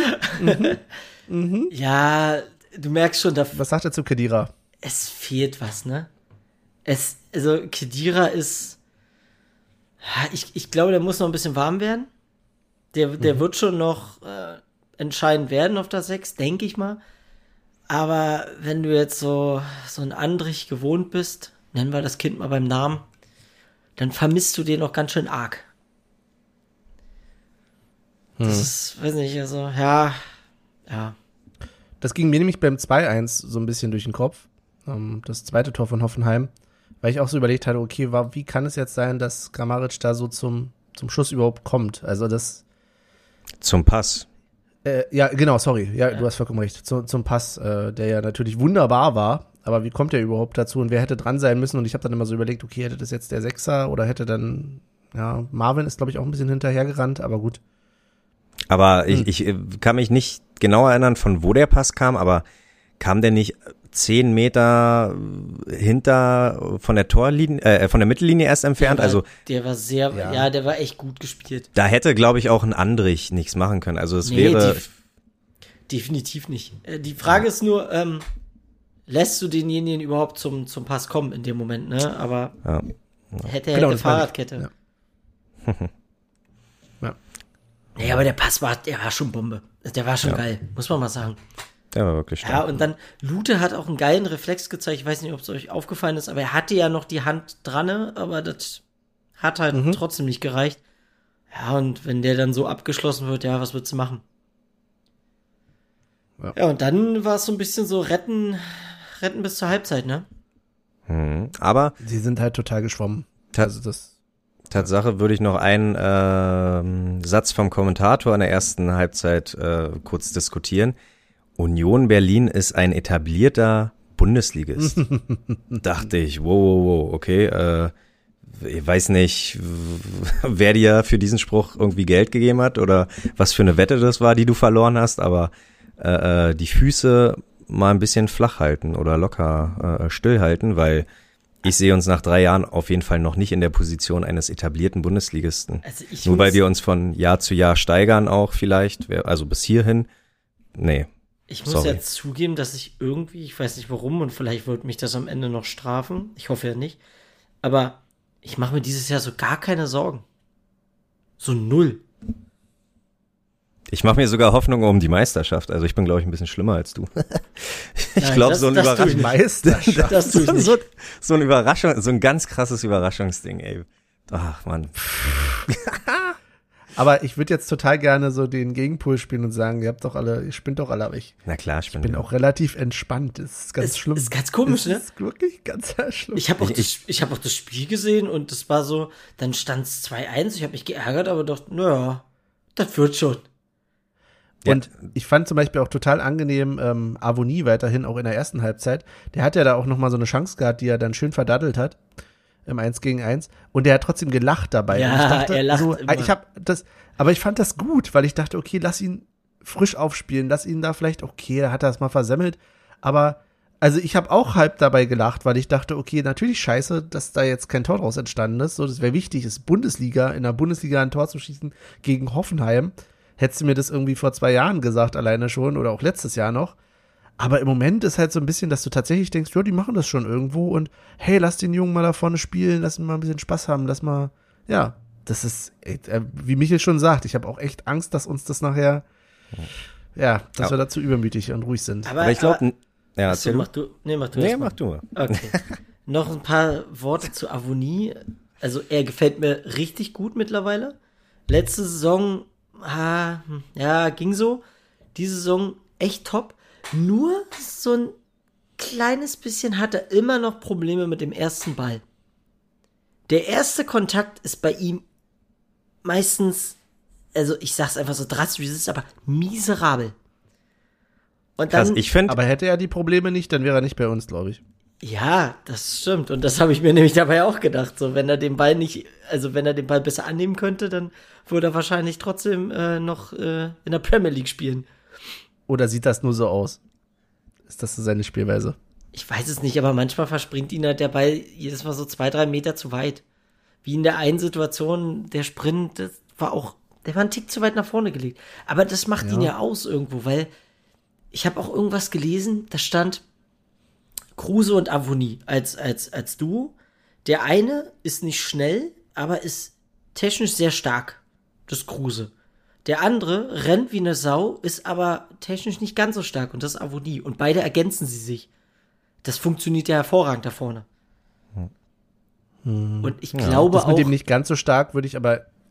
Ja, du merkst schon, was sagt er zu Khedira? Es fehlt was, ne? Also Khedira ist, ich glaube, der muss noch ein bisschen warm werden. Der wird schon noch entscheidend werden auf der 6, denke ich mal. Aber wenn du jetzt so ein Andrich gewohnt bist, nennen wir das Kind mal beim Namen, dann vermisst du den noch ganz schön arg. Das ist, weiß nicht, also, ja. Das ging mir nämlich beim 2-1 so ein bisschen durch den Kopf. Das zweite Tor von Hoffenheim. Weil ich auch so überlegt hatte, okay, wie kann es jetzt sein, dass Kramaric da so zum Schuss überhaupt kommt? Also das... Zum Pass. Ja, genau, sorry. Ja, du hast vollkommen recht. Zum Pass, der ja natürlich wunderbar war. Aber wie kommt der überhaupt dazu und wer hätte dran sein müssen? Und ich habe dann immer so überlegt, okay, hätte das jetzt der Sechser oder hätte dann... Ja, Marvin ist, glaube ich, auch ein bisschen hinterhergerannt, aber gut. Aber ich kann mich nicht genau erinnern, von wo der Pass kam, aber kam der nicht 10 Meter hinter von der Torlinie, von der Mittellinie erst entfernt? Der war sehr, ja, der war echt gut gespielt. Da hätte, glaube ich, auch ein Andrich nichts machen können. Also es wäre... Definitiv nicht. Die Frage ist nur, lässt du denjenigen überhaupt zum Pass kommen in dem Moment, ne? Aber hätte Fahrradkette. Ja. Nee, aber der Pass war schon Bombe. Der war schon geil, muss man mal sagen. Der war wirklich stark. Ja, und dann, Lute hat auch einen geilen Reflex gezeigt. Ich weiß nicht, ob es euch aufgefallen ist, aber er hatte ja noch die Hand dran, aber das hat halt trotzdem nicht gereicht. Ja, und wenn der dann so abgeschlossen wird, ja, was würdest du machen? Ja, und dann war es so ein bisschen so retten bis zur Halbzeit, ne? Aber sie sind halt total geschwommen. Tatsache würde ich noch einen Satz vom Kommentator in der ersten Halbzeit kurz diskutieren. Union Berlin ist ein etablierter Bundesligist. Dachte ich, wow, okay, ich weiß nicht, wer dir für diesen Spruch irgendwie Geld gegeben hat oder was für eine Wette das war, die du verloren hast, aber die Füße mal ein bisschen flach halten oder locker stillhalten, weil ich sehe uns nach 3 Jahren auf jeden Fall noch nicht in der Position eines etablierten Bundesligisten. Also nur weil wir uns von Jahr zu Jahr steigern auch vielleicht, also bis hierhin, nee. Ich muss jetzt zugeben, dass ich irgendwie, ich weiß nicht warum und vielleicht wird mich das am Ende noch strafen, ich hoffe ja nicht, aber ich mache mir dieses Jahr so gar keine Sorgen. So 0. Ich mache mir sogar Hoffnung um die Meisterschaft. Also ich bin, glaube ich, ein bisschen schlimmer als du. Ich glaube, so ein Meisterschaft. Das tue ich nicht. So eine Überraschung, so ein ganz krasses Überraschungsding, ey. Ach, Mann. Aber ich würde jetzt total gerne so den Gegenpol spielen und sagen, ihr spinnt doch alle, aber ich bin auch relativ entspannt. Das ist ganz schlimm. Das ist ganz komisch, ne? Das ist wirklich ganz schlimm. Ich habe auch das Spiel gesehen und das war so, dann stand es 2-1, ich habe mich geärgert, aber dachte, naja, das wird schon. Und ich fand zum Beispiel auch total angenehm Avonie weiterhin, auch in der ersten Halbzeit. Der hat ja da auch nochmal so eine Chance gehabt, die er dann schön verdaddelt hat. Im 1-gegen-1. Und der hat trotzdem gelacht dabei. Ja, und ich dachte, er lacht immer. Aber ich fand das gut, weil ich dachte, okay, lass ihn frisch aufspielen, lass ihn da vielleicht, okay, da hat er es mal versemmelt. Aber, also ich habe auch halb dabei gelacht, weil ich dachte, okay, natürlich scheiße, dass da jetzt kein Tor draus entstanden ist. So, das wäre wichtig, ist in der Bundesliga ein Tor zu schießen gegen Hoffenheim. Hättest du mir das irgendwie vor 2 Jahren gesagt, alleine schon, oder auch letztes Jahr noch. Aber im Moment ist halt so ein bisschen, dass du tatsächlich denkst, ja, die machen das schon irgendwo und hey, lass den Jungen mal da vorne spielen, lass ihn mal ein bisschen Spaß haben, lass mal, ja, das ist, wie Michael schon sagt, ich habe auch echt Angst, dass uns das nachher, dass wir dazu übermütig und ruhig sind. Aber ich glaube, mach du. Mach du mal. Okay. Noch ein paar Worte zu Avonie. Also er gefällt mir richtig gut mittlerweile. Letzte Saison, ging so. Diese Saison echt top. Nur so ein kleines bisschen hat er immer noch Probleme mit dem ersten Ball. Der erste Kontakt ist bei ihm meistens, also ich sag's einfach so drastisch, wie es ist, aber miserabel. Und dann, aber hätte er die Probleme nicht, dann wäre er nicht bei uns, glaube ich. Ja, das stimmt. Und das habe ich mir nämlich dabei auch gedacht. So, wenn er den Ball besser annehmen könnte, dann würde er wahrscheinlich trotzdem noch in der Premier League spielen. Oder sieht das nur so aus? Ist das so seine Spielweise? Ich weiß es nicht, aber manchmal verspringt ihn halt der Ball jedes Mal so 2-3 Meter zu weit. Wie in der einen Situation, der Sprint, der war ein Tick zu weit nach vorne gelegt. Aber das macht ihn ja aus irgendwo, weil ich habe auch irgendwas gelesen, da stand Kruse und Avonie als Duo. Der eine ist nicht schnell, aber ist technisch sehr stark. Das ist Kruse. Der andere rennt wie eine Sau, ist aber technisch nicht ganz so stark und das ist Avonie. Und beide ergänzen sie sich. Das funktioniert ja hervorragend da vorne. Und ich glaube das auch. Mit dem nicht ganz so stark würde ich aber,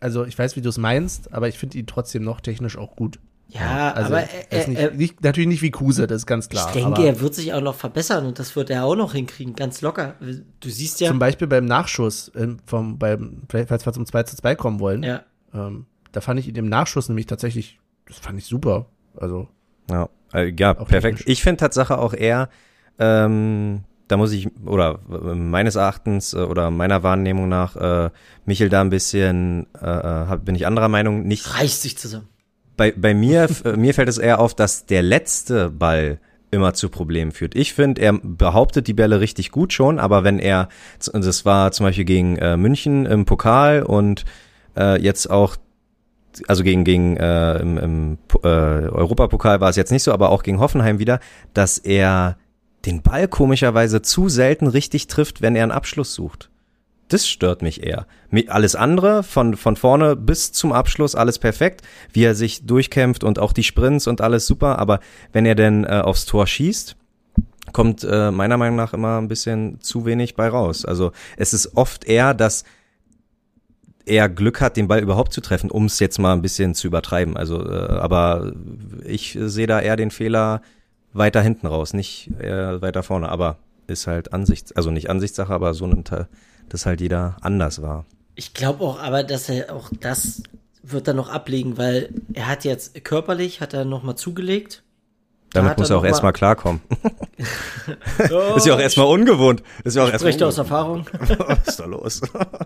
also ich weiß, wie du es meinst, aber ich finde ihn trotzdem noch technisch auch gut. Ja, Also aber er ist natürlich nicht wie Kruse, das ist ganz klar. ich denke, aber er wird sich auch noch verbessern und das wird er auch noch hinkriegen, ganz locker. Du siehst ja. zum Beispiel beim Nachschuss, falls wir zum 2:2 kommen wollen, Ja. da fand ich ihn im Nachschuss nämlich tatsächlich, das fand ich super. Also Ja, Auch perfekt. technisch. Ich finde Tatsache auch eher, da muss ich, oder meines Erachtens oder meiner Wahrnehmung nach, Michel da ein bisschen, bin ich anderer Meinung, nicht. Reißt sich zusammen. Bei mir, mir fällt es eher auf, dass der letzte Ball immer zu Problemen führt. Ich finde, er behauptet die Bälle richtig gut schon, aber wenn er, das war zum Beispiel gegen München im Pokal und jetzt auch, also im Europapokal war es jetzt nicht so, aber auch gegen Hoffenheim wieder, dass er den Ball komischerweise zu selten richtig trifft, wenn er einen Abschluss sucht. Das stört mich eher. Alles andere, von vorne bis zum Abschluss, alles perfekt, wie er sich durchkämpft und auch die Sprints und alles super, aber wenn er denn aufs Tor schießt, kommt meiner Meinung nach immer ein bisschen zu wenig bei raus. Also es ist oft eher, dass er Glück hat, den Ball überhaupt zu treffen, um es jetzt mal ein bisschen zu übertreiben. Also, aber ich sehe da eher den Fehler weiter hinten raus, nicht weiter vorne, aber ist halt also nicht Ansichtssache, aber so ein Teil, dass halt jeder anders war. Ich glaube auch aber, dass er auch das wird er noch ablegen, weil er hat jetzt körperlich, hat er nochmal zugelegt. Damit muss er auch erstmal klarkommen. Ist ja auch erstmal ungewohnt. Ist ja auch Spricht aus Erfahrung. Was ist da los?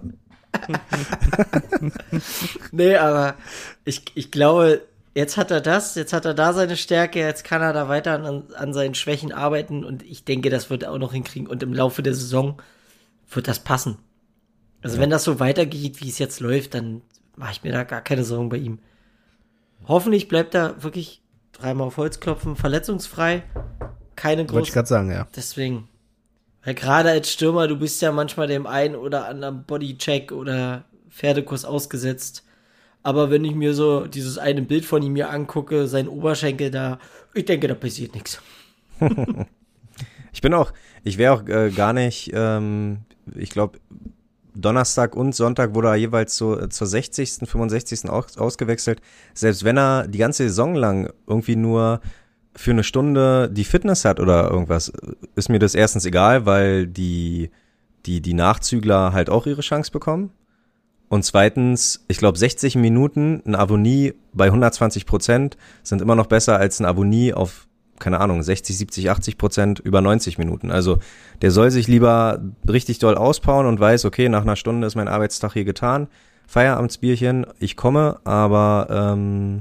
Nee, aber ich glaube, jetzt hat er da seine Stärke, jetzt kann er da weiter an seinen Schwächen arbeiten und ich denke, das wird er auch noch hinkriegen und im Laufe der Saison wird das passen. Also wenn das so weitergeht, wie es jetzt läuft, dann mache ich mir da gar keine Sorgen bei ihm. Hoffentlich bleibt er wirklich dreimal auf Holz klopfen, verletzungsfrei, keine wollte ich großen. gerade sagen, ja. Deswegen, weil gerade als Stürmer, du bist ja manchmal dem einen oder anderen Bodycheck oder Pferdekuss ausgesetzt. Aber wenn ich mir so dieses eine Bild von ihm mir angucke, sein Oberschenkel da, ich denke, da passiert nichts. Ich wäre auch gar nicht, ich glaube, Donnerstag und Sonntag wurde er jeweils so zur 60., 65. ausgewechselt. Selbst wenn er die ganze Saison lang irgendwie nur für eine Stunde die Fitness hat oder irgendwas, ist mir das erstens egal, weil die Nachzügler halt auch ihre Chance bekommen. Und zweitens, ich glaube 60 Minuten, ein Avonie bei 120% sind immer noch besser als ein Avonie auf, keine Ahnung, 60, 70, 80% über 90 Minuten. Also der soll sich lieber richtig doll auspowern und weiß, okay, nach einer Stunde ist mein Arbeitstag hier getan, Feierabendsbierchen, ich komme, aber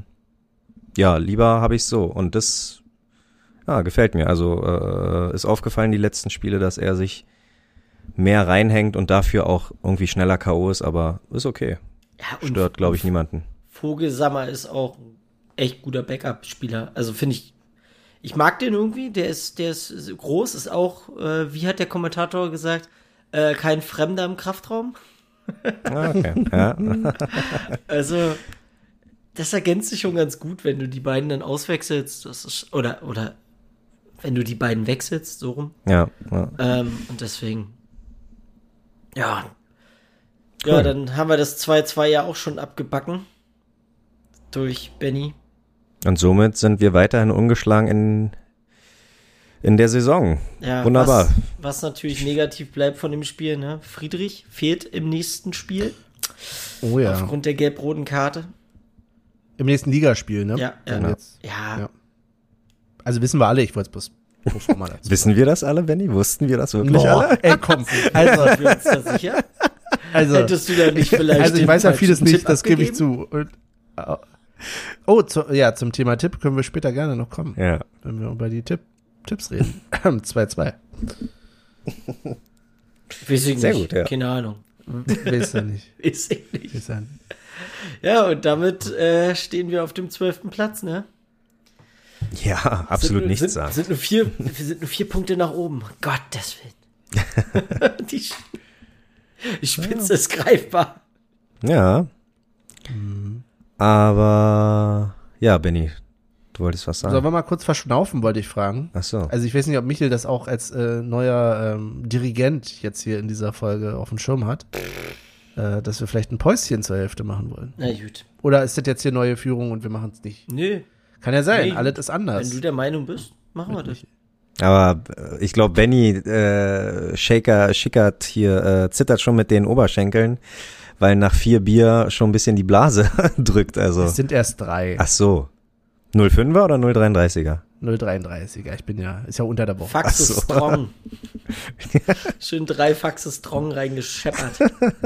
ja, lieber habe ich so. Und das gefällt mir. Also ist aufgefallen die letzten Spiele, dass er sich mehr reinhängt und dafür auch irgendwie schneller K.O. ist, aber ist okay. Ja, und Stört, glaube ich, niemanden. Vogelsammer ist auch ein echt guter Backup-Spieler. Also finde ich mag den irgendwie, der ist groß, ist auch, wie hat der Kommentator gesagt, kein Fremder im Kraftraum. Okay, ja. Also, das ergänzt sich schon ganz gut, wenn du die beiden dann auswechselst. Das ist, oder wenn du die beiden wechselst, so rum. Ja. Und deswegen, ja. Cool. Ja, dann haben wir das 2:2 ja auch schon abgebacken. Durch Benny. Und somit sind wir weiterhin ungeschlagen in der Saison. Ja, wunderbar. Was natürlich negativ bleibt von dem Spiel, ne? Friedrich fehlt im nächsten Spiel. Oh ja. Aufgrund der gelb-roten Karte. Im nächsten Ligaspiel, ne? Ja, Dann jetzt. Ja. Also wissen wir alle, ich wollte es bloß mal dazu. Wissen wir das alle, Benny? Wussten wir das wirklich Boah, alle? ey, komm. Also, sind wir uns da sicher? Also, Hättest du da nicht vielleicht also ich den weiß ja vieles falschen nicht, Tipp das gebe ich abgegeben? zu. Und, zum Thema Tipp können wir später gerne noch kommen, Ja. wenn wir über die Tipps reden. 2:2. Weiß ich Sehr nicht. gut, ja. Keine Ahnung. Weiß ja nicht. Weiß ich nicht. Weiß ja nicht. Ja, und damit stehen wir auf dem 12. Platz, ne? Ja, absolut Sind- nichts sind, sagen. sind nur 4 Punkte nach oben. Gottes Willen. Die Spitze ist greifbar. Ja. Aber, ja, Benny, du wolltest was sagen. Sollen wir mal kurz verschnaufen, wollte ich fragen. Ach so. Also ich weiß nicht, ob Michel das auch als neuer Dirigent jetzt hier in dieser Folge auf dem Schirm hat. dass wir vielleicht ein Päuschen zur Hälfte machen wollen. Na gut. Oder ist das jetzt hier neue Führung und wir machen es nicht? Nö. Kann ja sein, Nee, alles ist anders. Wenn du der Meinung bist, machen wir das. Aber ich glaube, Benny Schickert hier zittert schon mit den Oberschenkeln, weil nach 4 Bier schon ein bisschen die Blase drückt. Also. Es sind erst 3. Ach so. 0,5er oder 0,33er? 0,33er. Ist ja unter der Woche. Faxe Ach so. Strong. Schön 3 Faxe Strong reingescheppert.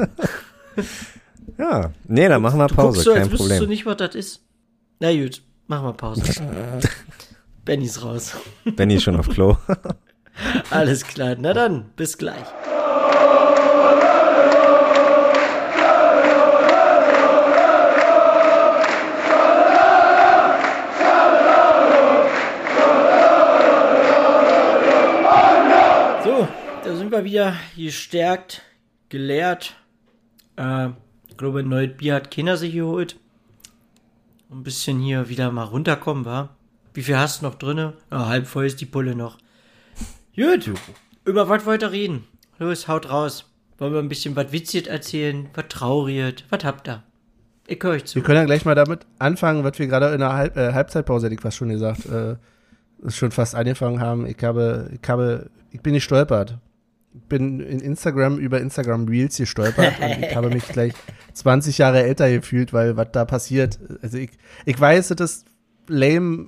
Ja, nee, dann machen wir Du Pause, guckst so, kein als wüsstest du Problem. nicht, was das ist. Na gut, machen wir Pause. Benny ist raus. Benny ist schon auf Klo. Alles klar, na dann, bis gleich. So, da sind wir wieder gestärkt, gelehrt. Ich glaube, ein neues Bier hat keiner sich geholt. Ein bisschen hier wieder mal runterkommen, wa? Wie viel hast du noch drinne? Ja, halb voll ist die Pulle noch. Gut, über was wollt ihr reden? Los, haut raus. Wollen wir ein bisschen was Witziges erzählen, was Trauriges, was habt ihr? Ich höre euch zu. Wir können ja gleich mal damit anfangen, was wir gerade in der Halbzeitpause, hätte ich fast schon gesagt, schon fast angefangen haben. Ich bin gestolpert. Ich bin in Instagram über Instagram Reels gestolpert und ich habe mich gleich 20 Jahre älter gefühlt, weil was da passiert. Also ich weiß, es ist lame.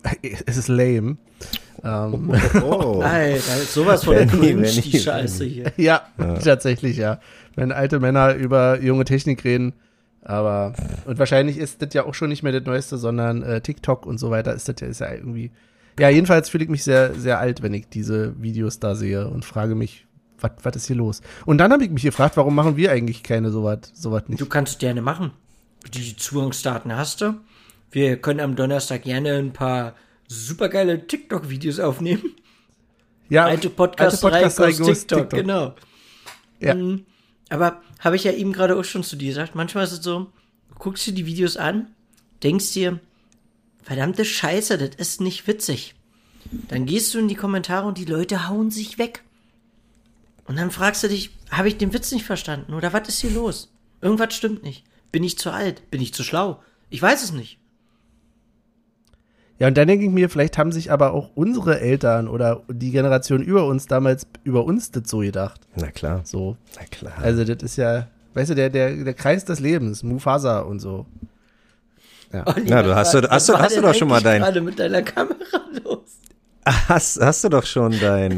Oh. Alter, sowas von cringe, die Scheiße hier. Ja, tatsächlich, ja. Wenn alte Männer über junge Technik reden, aber, und wahrscheinlich ist das ja auch schon nicht mehr das Neueste, sondern TikTok und so weiter ist ja irgendwie, ja, jedenfalls fühle ich mich sehr, sehr alt, wenn ich diese Videos da sehe und frage mich, was ist hier los? Und dann habe ich mich gefragt, warum machen wir eigentlich keine sowas nicht? Du kannst gerne machen. Die Zugangsdaten hast du. Wir können am Donnerstag gerne ein paar supergeile TikTok-Videos aufnehmen. Ja, Alte Podcast-Reihe aus TikTok, genau. Ja. Aber habe ich ja eben gerade auch schon zu dir gesagt, manchmal ist es so, du guckst dir die Videos an, denkst dir, verdammte Scheiße, das ist nicht witzig. Dann gehst du in die Kommentare und die Leute hauen sich weg. Und dann fragst du dich, habe ich den Witz nicht verstanden? Oder was ist hier los? Irgendwas stimmt nicht. Bin ich zu alt? Bin ich zu schlau? Ich weiß es nicht. Ja, und dann denke ich mir, vielleicht haben sich aber auch unsere Eltern oder die Generation über uns damals über uns das so gedacht. Na klar. So. Na klar. Also das ist ja, weißt du, der Kreis des Lebens, Mufasa und so. Ja. Ja, du hast doch schon mal gerade mit deiner Kamera los. Hast du doch schon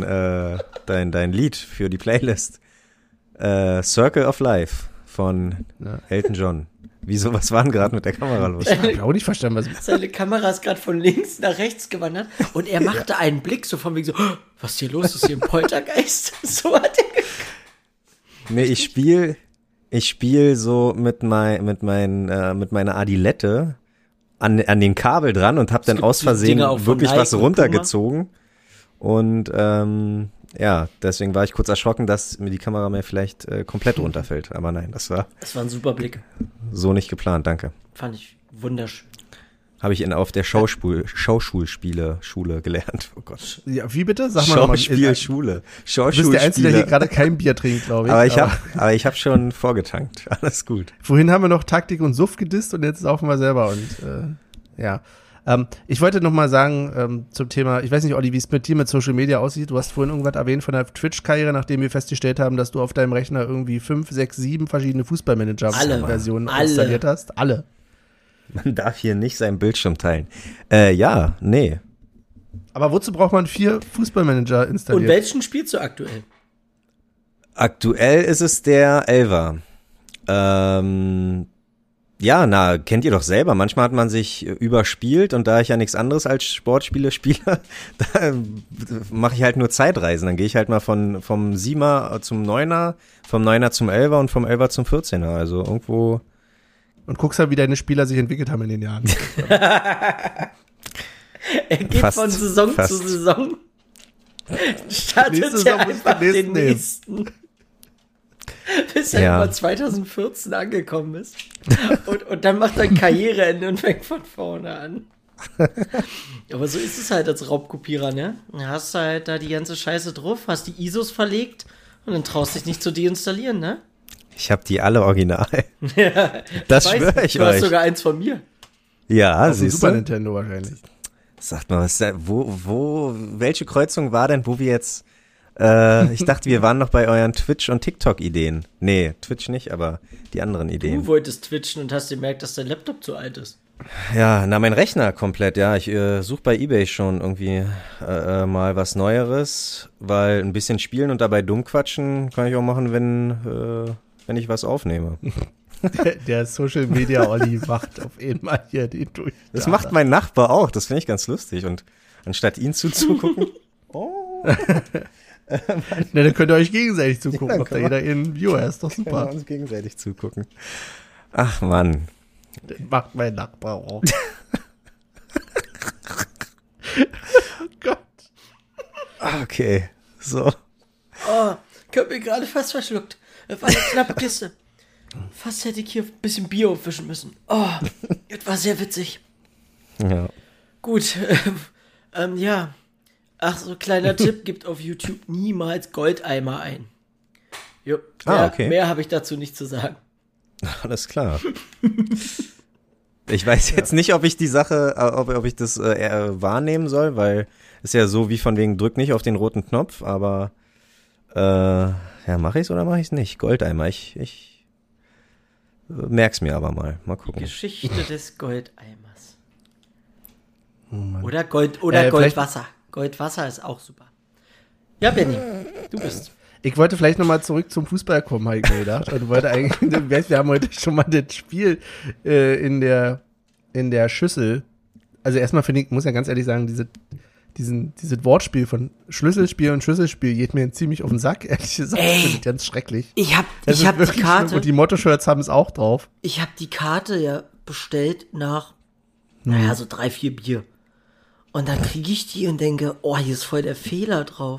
dein Lied für die Playlist. Circle of Life von Elton John. Wieso, was war denn gerade mit der Kamera los? Ich habe auch nicht verstanden, was. Seine Kamera ist gerade von links nach rechts gewandert und er machte einen Blick so von wegen so, "Oh, was ist hier los? Ist hier ein Poltergeist?" So hat er. Nee, ich spiel so mit meiner Adilette an den Kabel dran und hab dann gibt aus diese Versehen Dinger auch von wirklich Nike was und runtergezogen. Und ja, deswegen war ich kurz erschrocken, dass mir die Kamera mir vielleicht komplett runterfällt. Aber nein, das war Das war ein super Blick. so nicht geplant, danke. Fand ich wunderschön. Habe ich auf der Schauschule gelernt. Oh Gott. Ja, wie bitte? Sag mal nochmal. Schauspielschule. Du bist der Einzige, der hier gerade kein Bier trinkt, glaube ich. Aber ich habe schon vorgetankt. Alles gut. Vorhin haben wir noch Taktik und Suff gedisst und jetzt laufen wir selber und ja. Ich wollte noch mal sagen zum Thema, ich weiß nicht, Olli, wie es mit dir mit Social Media aussieht. Du hast vorhin irgendwas erwähnt von der Twitch-Karriere, nachdem wir festgestellt haben, dass du auf deinem Rechner irgendwie 5, 6, 7 verschiedene Fußballmanager-Versionen installiert hast. Alle. Man darf hier nicht seinen Bildschirm teilen. Ja, nee. Aber wozu braucht man 4 Fußballmanager installiert? Und welchen spielst du aktuell? Aktuell ist es der Elfer. Ja, kennt ihr doch selber. Manchmal hat man sich überspielt und da ich ja nichts anderes als Sportspiele spiele, da mache ich halt nur Zeitreisen. Dann gehe ich halt mal vom 7er zum 9er, vom 9er zum 11er und vom 11er zum 14er. Also irgendwo. Und guckst halt, wie deine Spieler sich entwickelt haben in den Jahren. Er geht von Saison zu Saison. Startet er einfach den nächsten. Bis er über 2014 angekommen ist. Und dann macht er ein Karriereende und fängt von vorne an. Aber so ist es halt als Raubkopierer, ne? Dann hast du halt da die ganze Scheiße drauf, hast die ISOs verlegt und dann traust dich nicht zu deinstallieren, ne? Ich habe die alle original. Ja, Das schwöre ich du hast euch. sogar eins von mir. Ja, Auf dem siehst Super du? Nintendo wahrscheinlich. Sagt mal, welche Kreuzung war denn, wo wir jetzt, ich dachte, wir waren noch bei euren Twitch- und TikTok-Ideen. Nee, Twitch nicht, aber die anderen Du Ideen. wolltest twitchen und hast gemerkt, dass dein Laptop zu alt ist. Ja, mein Rechner komplett, ja. Ich suche bei eBay schon irgendwie mal was Neueres, weil ein bisschen spielen und dabei dumm quatschen kann ich auch machen, wenn ich was aufnehme. Der Social Media Olli macht auf einmal hier den durch. Das macht mein Nachbar auch, das finde ich ganz lustig. Und anstatt ihn zuzugucken, Na, dann könnt ihr euch gegenseitig zugucken, Ja, ob da kann jeder ihren Viewer ist. Doch können wir super. uns gegenseitig zugucken. Ach Mann. Das macht mein Nachbar auch. Oh Gott. Okay, so. Oh, ich hab mir gerade fast verschluckt. Das war eine knappe Kiste. Fast hätte ich hier ein bisschen Bier aufwischen müssen. Oh, das war sehr witzig. Ja. Gut, ja. Ach, so kleiner Tipp, gibt auf YouTube niemals Goldeimer ein. Jo, Okay. Mehr habe ich dazu nicht zu sagen. Alles klar. Ich weiß jetzt nicht, ob ich die Sache, ob ich das wahrnehmen soll, weil ist ja so wie von wegen, drück nicht auf den roten Knopf, aber ja, mache ich's oder mache ich's nicht? Goldeimer, ich merk's mir aber mal. Mal gucken. Geschichte des Goldeimers. Oh Mann. Oder vielleicht- Goldwasser. Goldwasser ist auch super. Ja, Benny, du bist. Ich wollte vielleicht nochmal zurück zum Fußball kommen, habe ich mir gedacht. Und wollte eigentlich, wir haben heute schon mal das Spiel in der Schüssel. Also erstmal finde ich, muss ja ganz ehrlich sagen, dieses Wortspiel von Schlüsselspiel und Schüsselspiel geht mir ziemlich auf den Sack, ehrlich gesagt. Ey. Ich finde das ganz schrecklich. Ich hab Es die ist wirklich schlimm. Karte. Und die Motto-Shirts haben es auch drauf. Ich habe die Karte ja bestellt nach, naja, so 3, 4 Bier. Und dann kriege ich die und denke, oh, hier ist voll der Fehler drauf.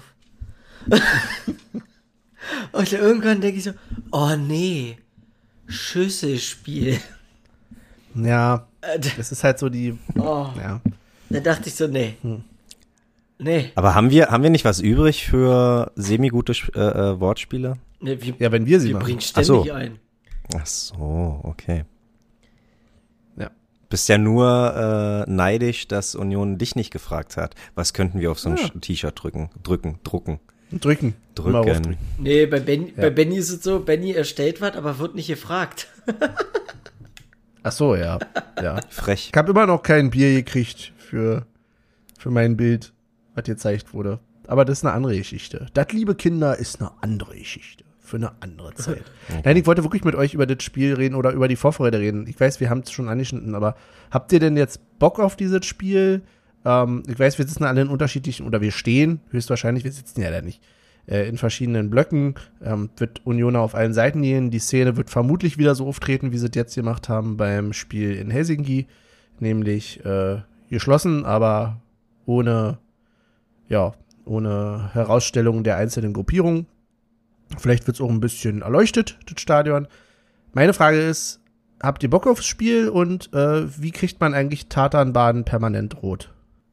Und irgendwann denke ich so, oh nee, Schüsselspiel. Ja, das ist halt so die, Oh, ja. da dachte ich so, nee. Nee, Aber haben wir nicht was übrig für semi-gute Wortspiele? nee Ja, wenn wir sie wir machen. bringen Ach so. ständig ein. Ach so, okay. Ja. Bist ja nur neidisch, dass Union dich nicht gefragt hat. Was könnten wir auf so ein T-Shirt drucken? Drücken. Immer Drücken. aufdrücken. Nee, bei Benny ist es so, Benny erstellt was, aber wird nicht gefragt. Ach so, ja. Ja. Frech. Ich habe immer noch kein Bier gekriegt für mein Bild, was gezeigt wurde. Aber das ist eine andere Geschichte. Das, liebe Kinder, ist eine andere Geschichte. Für eine andere Zeit. Nein, ich wollte wirklich mit euch über das Spiel reden oder über die Vorfreude reden. Ich weiß, wir haben es schon angeschnitten, aber habt ihr denn jetzt Bock auf dieses Spiel? Ich weiß, wir sitzen alle in unterschiedlichen, oder wir stehen, höchstwahrscheinlich, wir sitzen ja da nicht, in verschiedenen Blöcken. Wird Unioner auf allen Seiten gehen. Die Szene wird vermutlich wieder so auftreten, wie sie es jetzt gemacht haben beim Spiel in Helsinki. Nämlich geschlossen, aber ohne Herausstellung der einzelnen Gruppierungen. Vielleicht wird es auch ein bisschen erleuchtet, das Stadion. Meine Frage ist, habt ihr Bock aufs Spiel und wie kriegt man eigentlich Tatanbahnen permanent rot?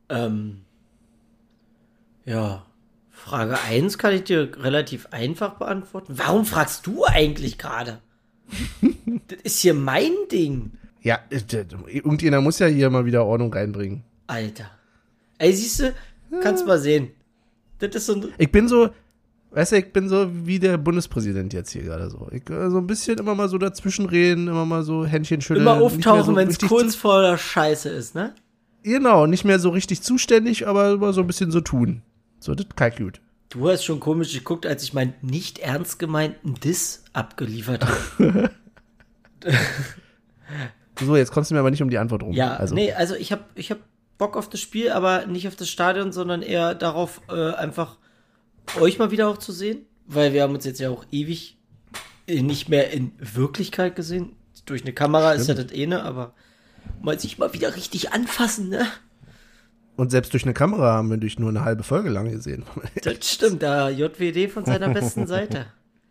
Ja, Frage 1 kann ich dir relativ einfach beantworten. Warum fragst du eigentlich gerade? Das ist hier mein Ding, Ja, irgendjemand muss ja hier mal wieder Ordnung reinbringen. Alter. Ey, siehst du, kannst mal sehen. Das ist so ein... Ich bin so wie der Bundespräsident jetzt hier gerade so. Ich so ein bisschen immer mal so dazwischenreden, immer mal so Händchen schütteln. Immer nicht mehr auftauchen, so wenn es richtig kurz vor der Scheiße ist, ne? Genau, nicht mehr so richtig zuständig, aber immer so ein bisschen so tun. So, das kann gut. Du hast schon komisch geguckt, als ich meinen nicht ernst gemeinten Diss abgeliefert habe. So, jetzt kommst du mir aber nicht um die Antwort rum. Ja, nee, also ich hab Bock auf das Spiel, aber nicht auf das Stadion, sondern eher darauf, einfach euch mal wieder auch zu sehen. Weil wir haben uns jetzt ja auch ewig nicht mehr in Wirklichkeit gesehen. Durch eine Kamera ist ja das ne, aber mal sich mal wieder richtig anfassen, ne? Und selbst durch eine Kamera haben wir durch nur eine halbe Folge lang gesehen. Das stimmt, da JWD von seiner besten Seite.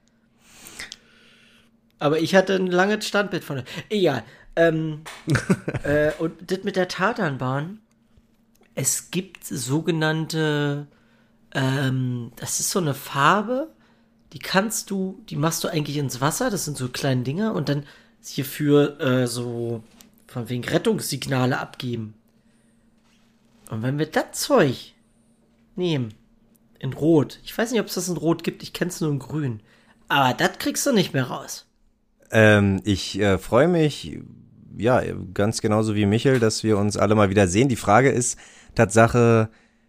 Aber ich hatte ein langes Standbild von. Egal. Und das mit der Tatanbahn. Es gibt sogenannte, das ist so eine Farbe, die machst du eigentlich ins Wasser, das sind so kleine Dinger und dann hierfür so von wegen Rettungssignale abgeben. Und wenn wir das Zeug nehmen, in Rot, ich weiß nicht, ob es das in Rot gibt, ich kenn's nur in Grün, aber das kriegst du nicht mehr raus. Ich freue mich, ja, ganz genauso wie Michel, dass wir uns alle mal wieder sehen. Die Frage ist, Tatsache,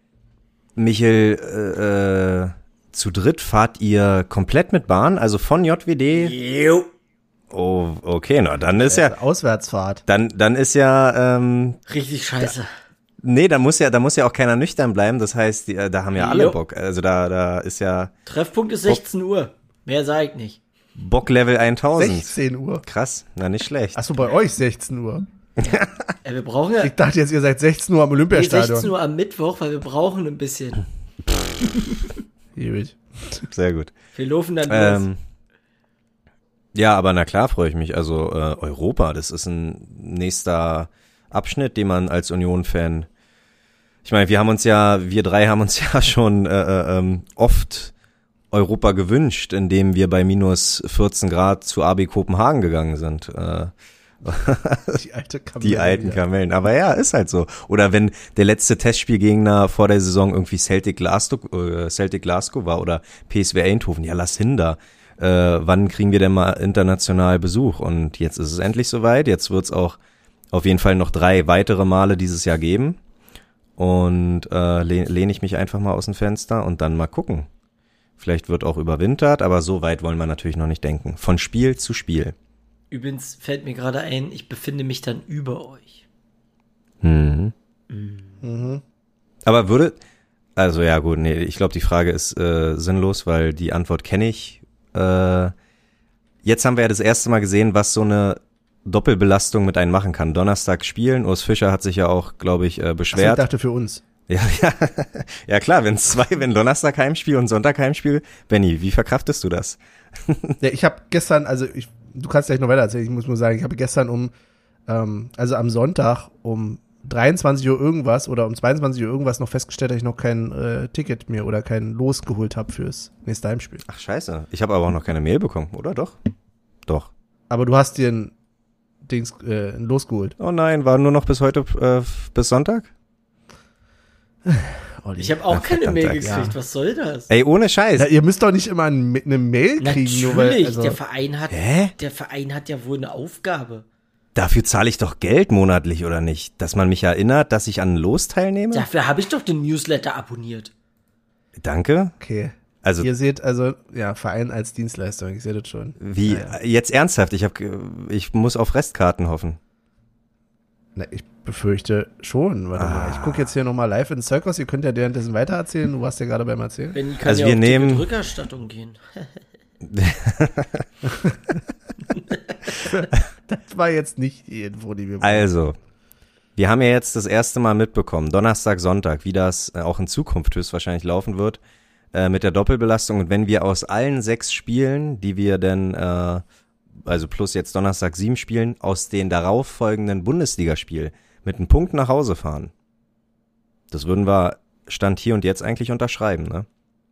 Michel, zu dritt fahrt ihr komplett mit Bahn, also von JWD? Jo. Oh, okay, na dann ist ja Auswärtsfahrt. dann ist ja Richtig scheiße. nee, da muss ja auch keiner nüchtern bleiben. Das heißt, da haben ja alle Jo. Bock. Also da ist ja Treffpunkt ist 16 Uhr. Mehr sag ich nicht. Bock-Level 1000. 16 Uhr. Krass, na nicht schlecht. Achso, bei euch 16 Uhr. Wir brauchen ja Ich dachte jetzt, ihr seid 16 Uhr am 16 Olympiastadion. Uhr am Mittwoch, weil wir brauchen ein bisschen. Gut. Sehr gut. Wir laufen dann los. Ja, aber na klar freue ich mich. Also Europa, das ist ein nächster Abschnitt, den man als Union-Fan, ich meine, wir drei haben uns ja schon oft Europa gewünscht, indem wir bei minus 14 Grad zu AB Kopenhagen gegangen sind. Die alte Kamelle. Die alten Kamellen. Aber ja, ist halt so. Oder wenn der letzte Testspielgegner vor der Saison irgendwie Celtic Glasgow war oder PSV Eindhoven, ja, lass hin da. Wann kriegen wir denn mal international Besuch? Und jetzt ist es endlich soweit. Jetzt wird es auch auf jeden Fall noch 3 weitere Male dieses Jahr geben. Und lehne ich mich einfach mal aus dem Fenster und dann mal gucken. Vielleicht wird auch überwintert, aber so weit wollen wir natürlich noch nicht denken. Von Spiel zu Spiel. Übrigens fällt mir gerade ein, ich befinde mich dann über euch. Mhm. Aber also ja gut, nee, ich glaube, die Frage ist sinnlos, weil die Antwort kenne ich. Jetzt haben wir ja das erste Mal gesehen, was so eine Doppelbelastung mit einem machen kann. Donnerstag spielen, Urs Fischer hat sich ja auch, glaube ich, beschwert. Achso, ich dachte für uns. Ja klar, wenn Donnerstag Heimspiel und Sonntag Heimspiel, Benni, wie verkraftest du das? Ja, ich habe gestern, du kannst gleich noch weiter erzählen, ich muss nur sagen, ich habe gestern also am Sonntag um 23 Uhr irgendwas oder um 22 Uhr irgendwas noch festgestellt, dass ich noch kein Ticket mehr oder kein Los geholt habe fürs nächste Heimspiel. Ach scheiße, ich habe aber auch noch keine Mail bekommen, oder doch? Doch. Aber du hast dir ein Los geholt. Oh nein, war nur noch bis heute, bis Sonntag? Olli. Ich habe auch keine Mail gekriegt, ja. was soll das? Ey, ohne Scheiß. Ja, ihr müsst doch nicht immer eine Mail kriegen. Natürlich, Nur weil, der Verein hat Hä? ja wohl eine Aufgabe. Dafür zahle ich doch Geld monatlich, oder nicht? Dass man mich erinnert, dass ich an Los teilnehme? Dafür habe ich doch den Newsletter abonniert. Danke. Okay. Also, Ihr seht Verein als Dienstleistung, ich sehe das schon. wie, jetzt ernsthaft, ich muss auf Restkarten hoffen. Na, ich befürchte schon. Warte mal, ich gucke jetzt hier nochmal live in Circus. Ihr könnt ja währenddessen weitererzählen. Du warst ja gerade beim Erzählen. Benni kann Also ja wir auf nehmen- die Rückerstattung gehen. Das war jetzt nicht die Info, die wir Also, wir haben ja jetzt das erste Mal mitbekommen, Donnerstag, Sonntag, wie das auch in Zukunft höchstwahrscheinlich laufen wird, mit der Doppelbelastung. Und wenn wir aus allen 6 Spielen, die wir denn, also plus jetzt Donnerstag 7 Spielen, aus den darauffolgenden Bundesligaspiel mit einem Punkt nach Hause fahren, das würden wir Stand hier und jetzt eigentlich unterschreiben, ne?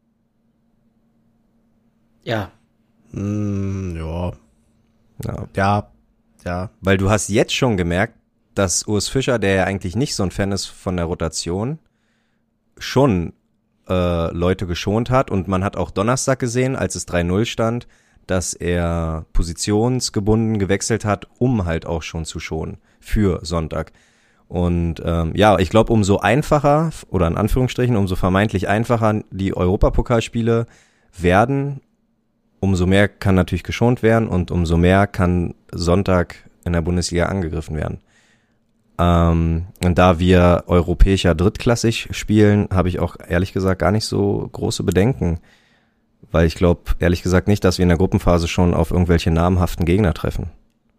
Ja. Ja. Ja. Ja. Weil du hast jetzt schon gemerkt, dass Urs Fischer, der ja eigentlich nicht so ein Fan ist von der Rotation, schon Leute geschont hat. Und man hat auch Donnerstag gesehen, als es 3-0 stand, dass er positionsgebunden gewechselt hat, um halt auch schon zu schonen für Sonntag. Und ich glaube, umso einfacher, oder in Anführungsstrichen, umso vermeintlich einfacher die Europapokalspiele werden, umso mehr kann natürlich geschont werden und umso mehr kann Sonntag in der Bundesliga angegriffen werden. Und da wir europäischer drittklassig spielen, habe ich auch ehrlich gesagt gar nicht so große Bedenken. Weil ich glaube, ehrlich gesagt nicht, dass wir in der Gruppenphase schon auf irgendwelche namhaften Gegner treffen.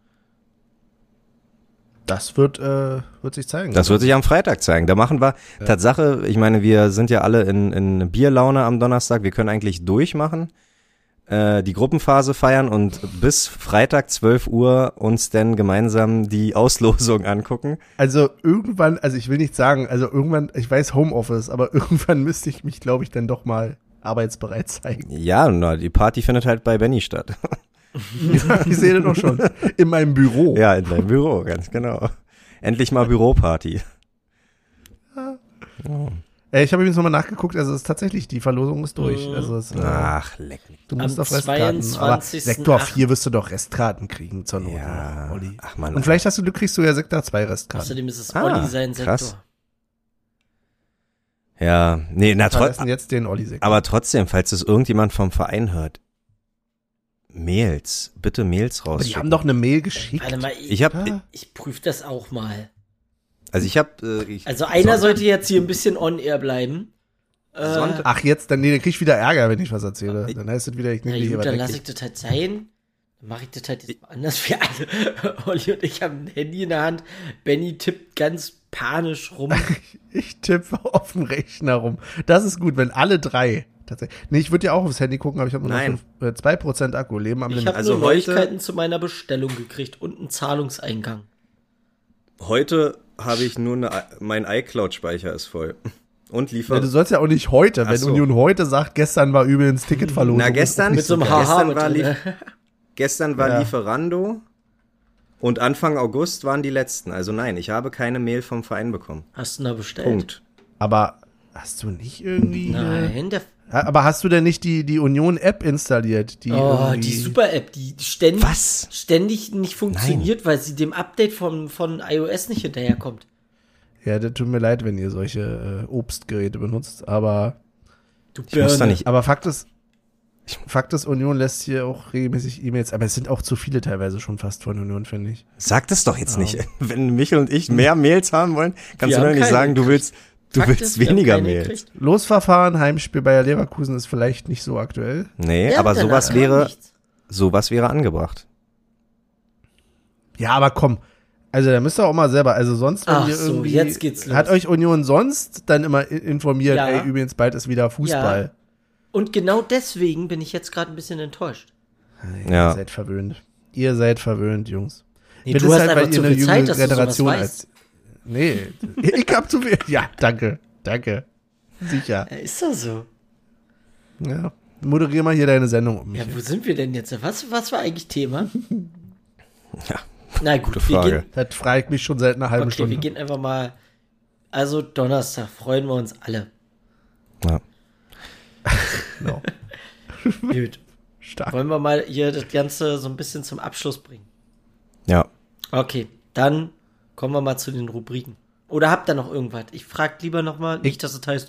Das wird sich zeigen. Das wird sich am Freitag zeigen. Da machen wir Tatsache, ich meine, wir sind ja alle in Bierlaune am Donnerstag. Wir können eigentlich durchmachen, die Gruppenphase feiern und bis Freitag 12 Uhr uns dann gemeinsam die Auslosung angucken. Also irgendwann, ich will nicht sagen, irgendwann, ich weiß Homeoffice, aber irgendwann müsste ich mich, glaube ich, dann doch mal arbeitsbereit zeigen. Ja, na, die Party findet halt bei Benny statt. Ja, ich sehe das doch schon. In meinem Büro. Ja, in deinem Büro, ganz genau. Endlich mal Büroparty. Ich habe übrigens nochmal nachgeguckt, also es ist tatsächlich, die Verlosung ist durch. Also es, Ach, leck mich. du musst Am auf Restkarten, aber 22.08. Sektor 4 wirst du doch Restkarten kriegen zur Not, Ja. Olli. Ach man. Und vielleicht du kriegst du ja Sektor 2 Restkarten. Außerdem ist es Ah, Olli sein Sektor. krass. Ja, nee, na Wir verlassen trotzdem. jetzt den Olli-Sektor. Aber trotzdem, falls es irgendjemand vom Verein hört, bitte Mails Aber die rausschicken. haben doch eine Mail geschickt. Warte mal, Ich habe, ich prüfe das auch mal. also ich habe, Also einer sollte jetzt hier ein bisschen on-air bleiben. Sonntag- Ach, jetzt, dann krieg ich wieder Ärger, wenn ich was erzähle. Dann heißt es wieder, ich Na nehme hier gut, was dann weg. lasse ich das halt sein. Dann mache ich das halt jetzt mal anders. Wir alle, Olli und ich haben ein Handy in der Hand. Benny tippt ganz panisch rum. Ich tippe auf dem Rechner rum. Das ist gut, wenn alle drei tatsächlich. Nee, ich würde ja auch aufs Handy gucken, aber ich habe nur Nein. noch 2% Akku. Leben am Ich Limit. habe Also nur heute- Neuigkeiten zu meiner Bestellung gekriegt und einen Zahlungseingang. heute habe ich nur mein iCloud-Speicher ist voll. Und Ja, liefert. du sollst ja auch nicht heute, Ach wenn so. Union heute sagt, gestern war übrigens Ticketverlosung. Na, gestern, Mit so einem gestern Haha mit war, drin. gestern war Ja. Lieferando und Anfang August waren die letzten. Also nein, ich habe keine Mail vom Verein bekommen. Hast du da bestellt? Punkt. Aber hast du nicht irgendwie. Nein, Aber hast du denn nicht die Union-App installiert? Die irgendwie- die Super-App, die ständig, Was? ständig nicht funktioniert, weil sie dem Update von iOS nicht hinterherkommt. Ja, das tut mir leid, wenn ihr solche Obstgeräte benutzt. Aber Du Ich muss da nicht. Fakt ist, Union lässt hier auch regelmäßig E-Mails, aber es sind auch zu viele teilweise schon fast von Union, finde ich. Sag das doch jetzt nicht. Wenn Michel und ich mehr Mails haben wollen, kannst Wir du doch haben nicht keine sagen, du willst Fakt ist, wir haben weniger keine Mails. gekriegt. Losverfahren, Heimspiel Bayer Leverkusen ist vielleicht nicht so aktuell. Nee, Ja, aber danach sowas kam wäre, nichts. angebracht. Ja, aber komm. Also da müsst ihr auch mal selber, also sonst, wenn Ach ihr so, irgendwie, jetzt geht's los. hat euch Union sonst dann immer informiert, Ja. ey, übrigens bald ist wieder Fußball. Ja. Und genau deswegen bin ich jetzt gerade ein bisschen enttäuscht. Ihr Ja. seid verwöhnt. Ihr seid verwöhnt, Jungs. Nee, Das du ist hast halt, einfach weil zu ihr eine viel Zeit, junge dass du sowas Generation weißt. Nee, ich hab zu viel. Ja, danke. Sicher. Ja, ist doch so. Ja. Moderier mal hier deine Sendung um mich. Ja, wo sind wir denn jetzt? Was war eigentlich Thema? Ja, Na gut, gute Frage. Das frage ich mich schon seit einer halben Okay, Stunde. wir gehen einfach mal. Also Donnerstag freuen wir uns alle. Ja. Genau. Gut. Stark. Wollen wir mal hier das Ganze so ein bisschen zum Abschluss bringen? Ja. Okay, dann kommen wir mal zu den Rubriken. Oder habt ihr noch irgendwas? Ich frage lieber nochmal, nicht, dass es heißt,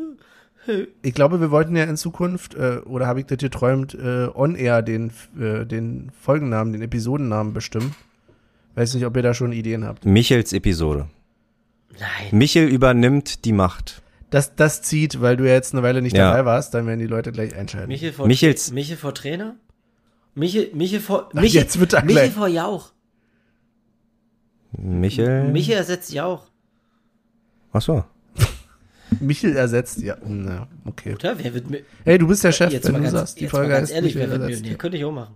Ich glaube, wir wollten ja in Zukunft, oder habe ich das geträumt, on-air den Folgennamen, den Episodennamen bestimmen. Weiß nicht, ob ihr da schon Ideen habt. Michels Episode. nein. Michel übernimmt die Macht. Das zieht, weil du ja jetzt eine Weile nicht Ja. dabei warst, dann werden die Leute gleich einschalten. Michel vor Trainer? Michel vor jetzt wird er Michel gleich. vor Jauch. Michel? Michel ersetzt Jauch. Ach so. Michel ersetzt, ja. Na, okay. Oder? Wer wird mit. Hey, du bist der Chef, Jetzt wenn mal du ganz, sagst, die jetzt mal Folge ganz heißt ehrlich, Michel wer wird ersetzt. Millionär? Könnte ich auch machen.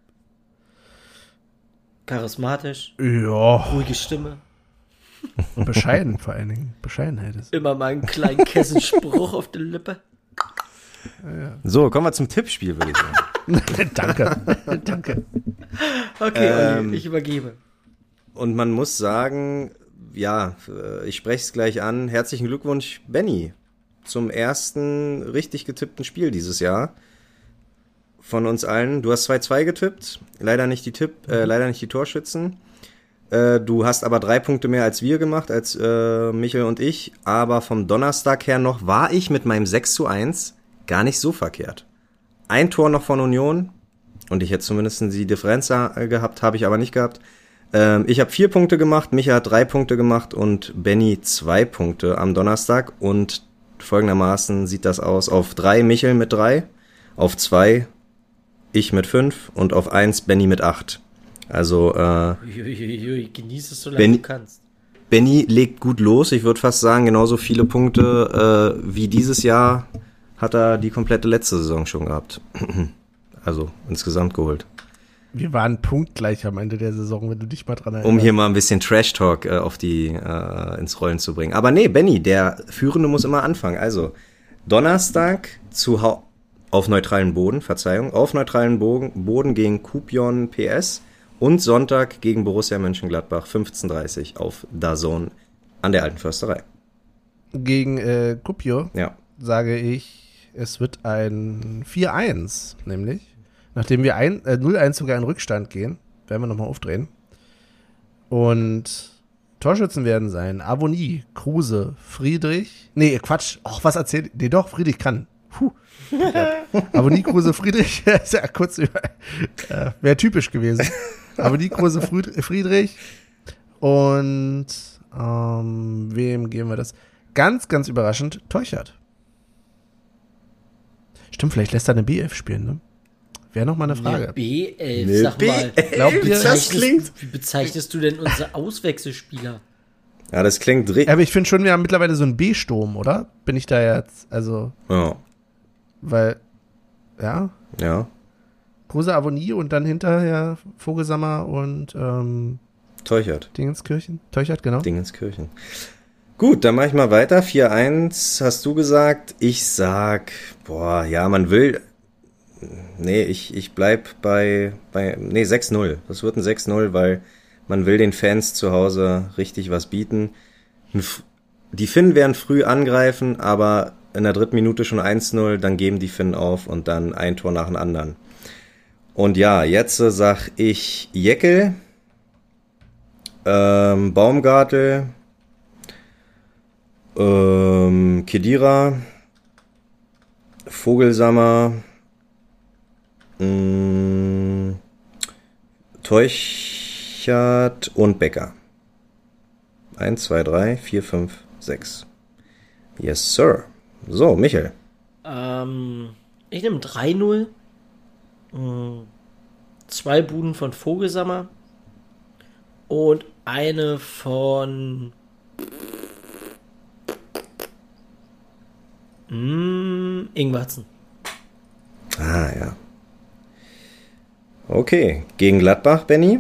Charismatisch, Ja, ruhige Stimme, und bescheiden vor allen Dingen. Bescheidenheit ist. immer mal einen kleinen Kessenspruch auf der Lippe. So, kommen wir zum Tippspiel, würde ich sagen. Danke. Okay, Olli, ich übergebe. Und man muss sagen, ja, ich spreche es gleich an. Herzlichen Glückwunsch, Benny, zum ersten richtig getippten Spiel dieses Jahr. Von uns allen. Du hast 2-2 getippt, leider nicht die Torschützen. Du hast aber 3 Punkte mehr als wir gemacht, als Michel und ich. Aber vom Donnerstag her noch war ich mit meinem 6:1 gar nicht so verkehrt. Ein Tor noch von Union und ich hätte zumindest die Differenz gehabt, habe ich aber nicht gehabt. Ich habe 4 Punkte gemacht, Micha hat 3 Punkte gemacht und Benny 2 Punkte am Donnerstag. Und folgendermaßen sieht das aus: auf 3 Michel mit 3, auf 2 ich mit 5 und auf 1 Benny mit 8. Also Uiuiui, genieß es so lange Benny- du kannst. Benny legt gut los. Ich würde fast sagen, genauso viele Punkte wie dieses Jahr hat er die komplette letzte Saison schon gehabt. Also insgesamt geholt. Wir waren punktgleich am Ende der Saison, wenn du dich mal dran erinnerst. Um hier mal ein bisschen Trash-Talk ins Rollen zu bringen. Aber nee, Benny, der Führende muss immer anfangen. Also, Donnerstag auf neutralen Boden, auf neutralen Boden gegen Kupion PS und Sonntag gegen Borussia Mönchengladbach 15:30 auf DAZN an der Alten Försterei. Gegen Kuopio Ja. sage ich, es wird ein 4-1, nämlich. Nachdem wir 0-1 sogar in Rückstand gehen, werden wir nochmal aufdrehen. Und Torschützen werden sein Avoni, Kruse, Friedrich. Nee, Quatsch. Ach, was erzählt? Nee, doch, Friedrich kann. Ja. Avoni, Kruse, Friedrich. Ist ja kurz über. Wäre typisch gewesen. Avoni, Kruse, Friedrich. Und wem geben wir das? Ganz, ganz überraschend, Teuchert. Stimmt, vielleicht lässt er eine B11 spielen, ne? Wäre noch mal eine Frage. Eine B11, sag mal. Glaubt ihr, das klingt? Wie bezeichnest du denn unsere Auswechselspieler? Ja, das klingt richtig. Aber ich finde schon, wir haben mittlerweile so einen B-Sturm, oder? Bin ich da jetzt, also, Ja. weil, ja, Ja. Kruse, Avoni und dann hinterher Vogelsammer und Teuchert. Dingenskirchen. Teuchert, genau. Dingenskirchen. Gut, dann mache ich mal weiter. 4-1 hast du gesagt. Ich sag, man will. Nee, ich bleib bei 6-0. Das wird ein 6-0, weil man will den Fans zu Hause richtig was bieten. Die Finnen werden früh angreifen, aber in der 3. Minute schon 1-0, dann geben die Finnen auf und dann ein Tor nach dem anderen. Und ja, jetzt sag ich Jäckel, Baumgartel, Khedira, Vogelsammer, Teuchert und Becker. 1, 2, 3, 4, 5, 6. Yes, sir. So, Michael. Ich nehme 3-0. 2 Buden von Vogelsammer. Und eine von Ingwertsen. Ah, ja. Okay, gegen Gladbach, Benny?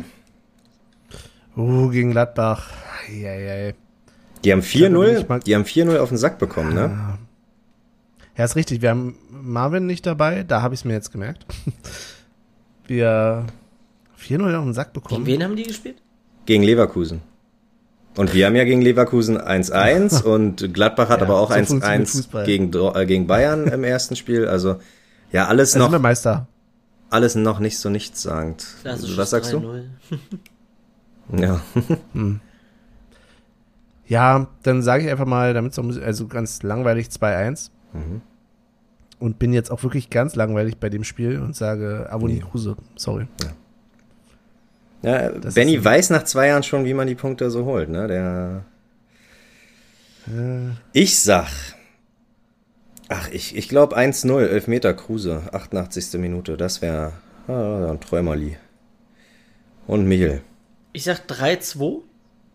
Gegen Gladbach. Eieiei. Die haben Ich hab nicht 4-0 mal- die haben 4-0 auf den Sack bekommen, ne? Ja, ist richtig. Wir haben Marvin nicht dabei. Da habe ich es mir jetzt gemerkt. Wir 4-0 auf den Sack Gegen bekommen. wen haben die gespielt? Gegen Leverkusen. Und wir haben ja gegen Leverkusen 1-1 und Gladbach hat Ja, aber auch so funktioniert 1-1 Fußball. gegen Bayern im ersten Spiel. Also, ja, alles Da sind wir noch, Meister. alles noch nicht so nichtssagend. Klassisches Was sagst du? 3-0. Ja. Ja, dann sage ich einfach mal, damit es also ganz langweilig 2-1. Und bin jetzt auch wirklich ganz langweilig bei dem Spiel und sage Avoni Kruse. Sorry. Ja, Das Benny ist- weiß nach 2 Jahren schon, wie man die Punkte so holt, ne? Ich sag, ich glaube 1-0, 11 Meter Kruse, 88. Minute, das wäre ein Träumerli. Und Michel. Ich sag 3-2.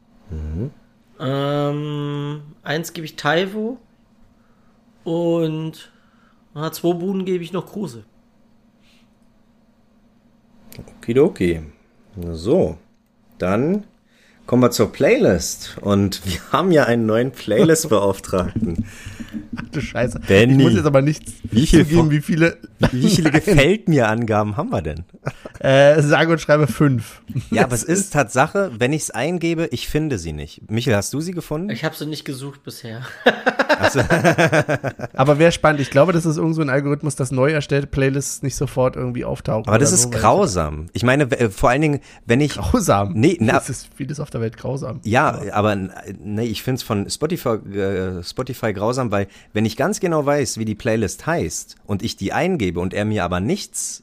1 gebe ich Taiwo. Und 2 Buden gebe ich noch Kruse. Okidoki. So, dann kommen wir zur Playlist. Und wir haben ja einen neuen Playlist-Beauftragten. Ach du Scheiße. Benny. Ich muss jetzt aber nicht Wie viel zugeben, von- wie viele. Wie viele gefällt mir Angaben haben wir denn? Sage und schreibe 5. Ja, aber es ist Tatsache, wenn ich es eingebe, ich finde sie nicht. Michael, hast du sie gefunden? Ich habe sie nicht gesucht bisher. Aber wäre spannend. Ich glaube, das ist irgend so ein Algorithmus, dass neu erstellte Playlists nicht sofort irgendwie auftauchen. Aber das oder ist so, weil- grausam. Ich meine, vor allen Dingen, wenn ich... Grausam. Nee, na- Das ist vieles auf der Welt grausam. Ja, aber nee, ich find's von Spotify grausam, weil wenn ich ganz genau weiß, wie die Playlist heißt und ich die eingebe und er mir aber nichts,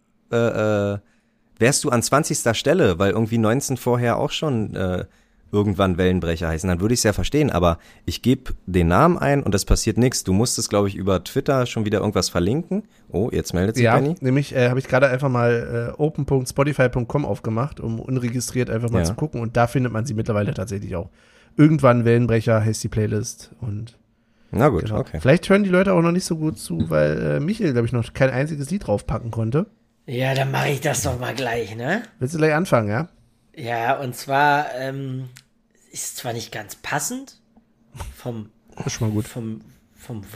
wärst du an 20. Stelle, weil irgendwie 19 vorher auch schon irgendwann Wellenbrecher heißen, dann würde ich es ja verstehen, aber ich gebe den Namen ein und es passiert nichts. Du musstest, glaube ich, über Twitter schon wieder irgendwas verlinken. Oh, jetzt meldet sich Ja, Benny. nämlich habe ich gerade einfach mal open.spotify.com aufgemacht, um unregistriert einfach mal Ja. zu gucken. Und da findet man sie mittlerweile tatsächlich auch. Irgendwann Wellenbrecher heißt die Playlist. Und Na gut, genau. okay. Vielleicht hören die Leute auch noch nicht so gut zu, weil Michael, glaube ich, noch kein einziges Lied draufpacken konnte. Ja, dann mache ich das doch mal gleich, ne? Willst du gleich anfangen, ja? Ja, und zwar ist zwar nicht ganz passend vom Das ist schon mal gut. vom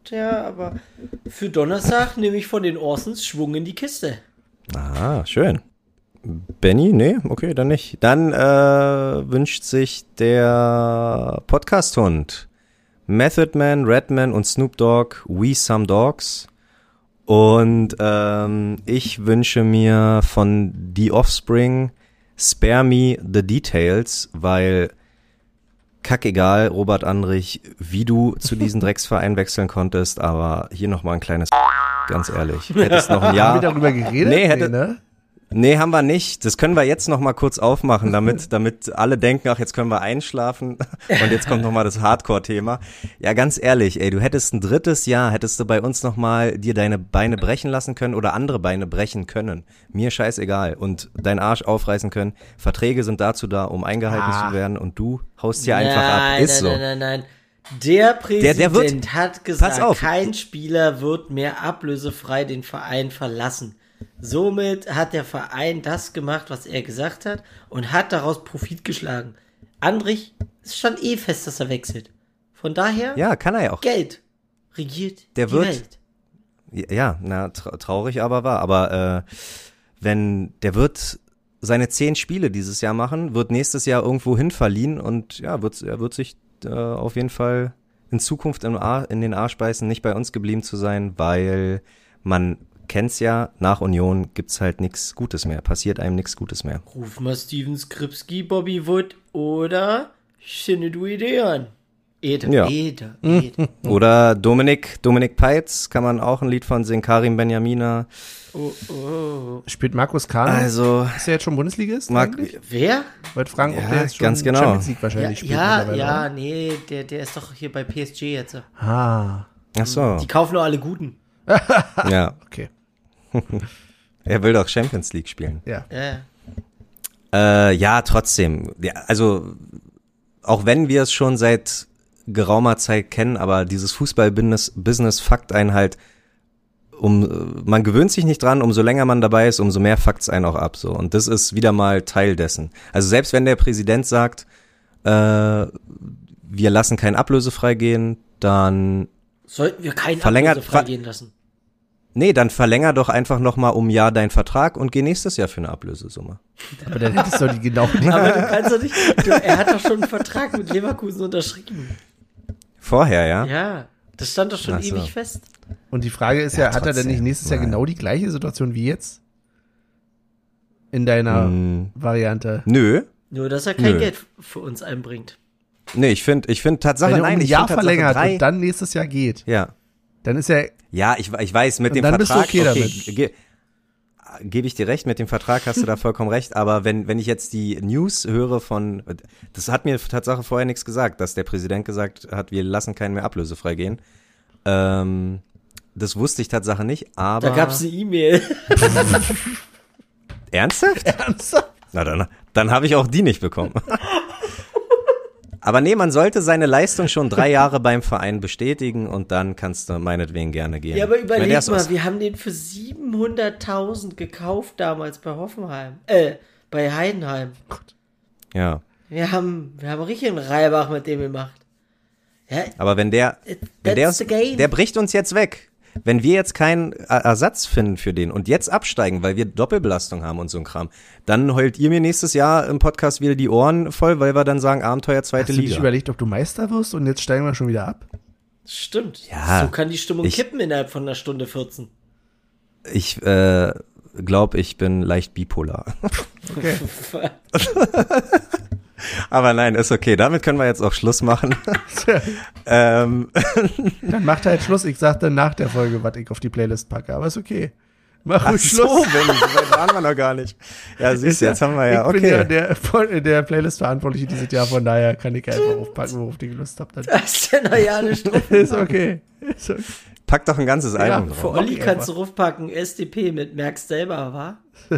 ja, aber für Donnerstag nehme ich von den Orsons Schwung in die Kiste. Ah, schön. Benny? Nee, okay, dann nicht. Dann wünscht sich der Podcast-Hund Method Man, Redman und Snoop Dogg We Some Dogs. Und ich wünsche mir von The Offspring Spare Me the Details, weil kackegal, Robert Andrich, wie du zu diesem Drecksverein wechseln konntest, aber hier nochmal ein kleines ganz ehrlich. Hättest noch ein Jahr. Haben wir darüber geredet? Nee, Nee, haben wir nicht. Das können wir jetzt noch mal kurz aufmachen, damit alle denken, ach, jetzt können wir einschlafen. Und jetzt kommt noch mal das Hardcore-Thema. Ja, ganz ehrlich, ey, du hättest ein drittes Jahr, hättest du bei uns noch mal dir deine Beine brechen lassen können oder andere Beine brechen können. Mir scheißegal. Und deinen Arsch aufreißen können. Verträge sind dazu da, um eingehalten zu werden. Und du haust hier einfach ab. Ist so. Nein. Der Präsident hat gesagt, pass auf, kein Spieler wird mehr ablösefrei den Verein verlassen. Somit hat der Verein das gemacht, was er gesagt hat und hat daraus Profit geschlagen. Andrich, es stand eh fest, dass er wechselt. Von daher, ja, kann er ja auch. Geld regiert der die wird, Welt. Ja, traurig, aber wahr. Aber wenn der wird seine 10 Spiele dieses Jahr machen, wird nächstes Jahr irgendwo hin verliehen und ja, er wird sich auf jeden Fall in Zukunft in den Arsch beißen, nicht bei uns geblieben zu sein, weil man kennt's ja, nach Union gibt's halt nichts Gutes mehr, passiert einem nichts Gutes mehr. Ruf mal Steven Skripski, Bobby Wood oder Shinnedu Idean. Ede. Oder Dominik Peitz, kann man auch ein Lied von singen, Karim Benjamina. Oh. Spielt Markus Kahn? Also, ist er jetzt schon Bundesligist? Wer? Wollte fragen, ob der jetzt schon ganz genau. Champions League wahrscheinlich spielt. Ja, nee, der ist doch hier bei PSG jetzt. Ah. Ach so. Die kaufen nur alle Guten. Ja. Okay. Er will doch Champions League spielen. Ja. Ja, trotzdem. Ja, also, auch wenn wir es schon seit geraumer Zeit kennen, aber dieses Fußball-Business fuckt einen halt, man gewöhnt sich nicht dran, umso länger man dabei ist, umso mehr fuckt's einen auch ab, so. Und das ist wieder mal Teil dessen. Also selbst wenn der Präsident sagt, wir lassen keinen ablösefrei gehen, dann sollten wir keinen ablösefrei gehen lassen. Nee, dann verlänger doch einfach nochmal um ein Jahr deinen Vertrag und geh nächstes Jahr für eine Ablösesumme. Aber dann hättest du die genau Aber du kannst doch nicht, er hat doch schon einen Vertrag mit Leverkusen unterschrieben. Vorher, ja? Ja, das stand doch schon ewig fest. Und die Frage ist ja, hat er denn nicht nächstes Jahr genau die gleiche Situation wie jetzt? In deiner Variante? Nö. Nur, dass er kein Geld für uns einbringt. Nee, ich finde Tatsache, wenn er um ein Jahr verlängert Tatsache und dann nächstes Jahr geht. Ja. Dann ist er. Ja, ich weiß, mit dem dann Vertrag. Bist du okay damit. Gebe ich dir recht, mit dem Vertrag hast du da vollkommen recht, aber wenn ich jetzt die News höre das hat mir Tatsache vorher nichts gesagt, dass der Präsident gesagt hat, wir lassen keinen mehr ablösefrei gehen. Das wusste ich Tatsache nicht, aber. Da gab's eine E-Mail. Ernsthaft? Na dann habe ich auch die nicht bekommen. Aber nee, man sollte seine Leistung schon 3 Jahre beim Verein bestätigen und dann kannst du meinetwegen gerne gehen. Ja, aber überleg mal, wir haben den für 700.000 gekauft damals bei bei Heidenheim. Ja. Wir haben richtig einen Reibach mit dem gemacht. Ja, aber der bricht uns jetzt weg. Wenn wir jetzt keinen Ersatz finden für den und jetzt absteigen, weil wir Doppelbelastung haben und so ein Kram, dann heult ihr mir nächstes Jahr im Podcast wieder die Ohren voll, weil wir dann sagen, Abenteuer zweite Liga. Hast du dich überlegt, ob du Meister wirst und jetzt steigen wir schon wieder ab? Stimmt. Ja, so kann die Stimmung kippen innerhalb von einer Stunde 14. Ich glaube, ich bin leicht bipolar. Okay. Aber nein, ist okay. Damit können wir jetzt auch Schluss machen. Dann macht halt Schluss. Ich sag dann nach der Folge, was ich auf die Playlist packe. Aber ist okay. Mach ruhig Schluss. So, Benni, so weit waren wir noch gar nicht. Ja, siehst du, jetzt haben wir ja, okay. Ich bin ja der Playlist-Verantwortliche dieses Jahr, von daher kann ich einfach aufpacken, worauf ich Lust habe. Das ist ja noch ja eine Strophe. Ist okay. Pack doch ein ganzes Album drauf. Für Olli kannst du raufpacken, SDP mit Merkst selber, wa?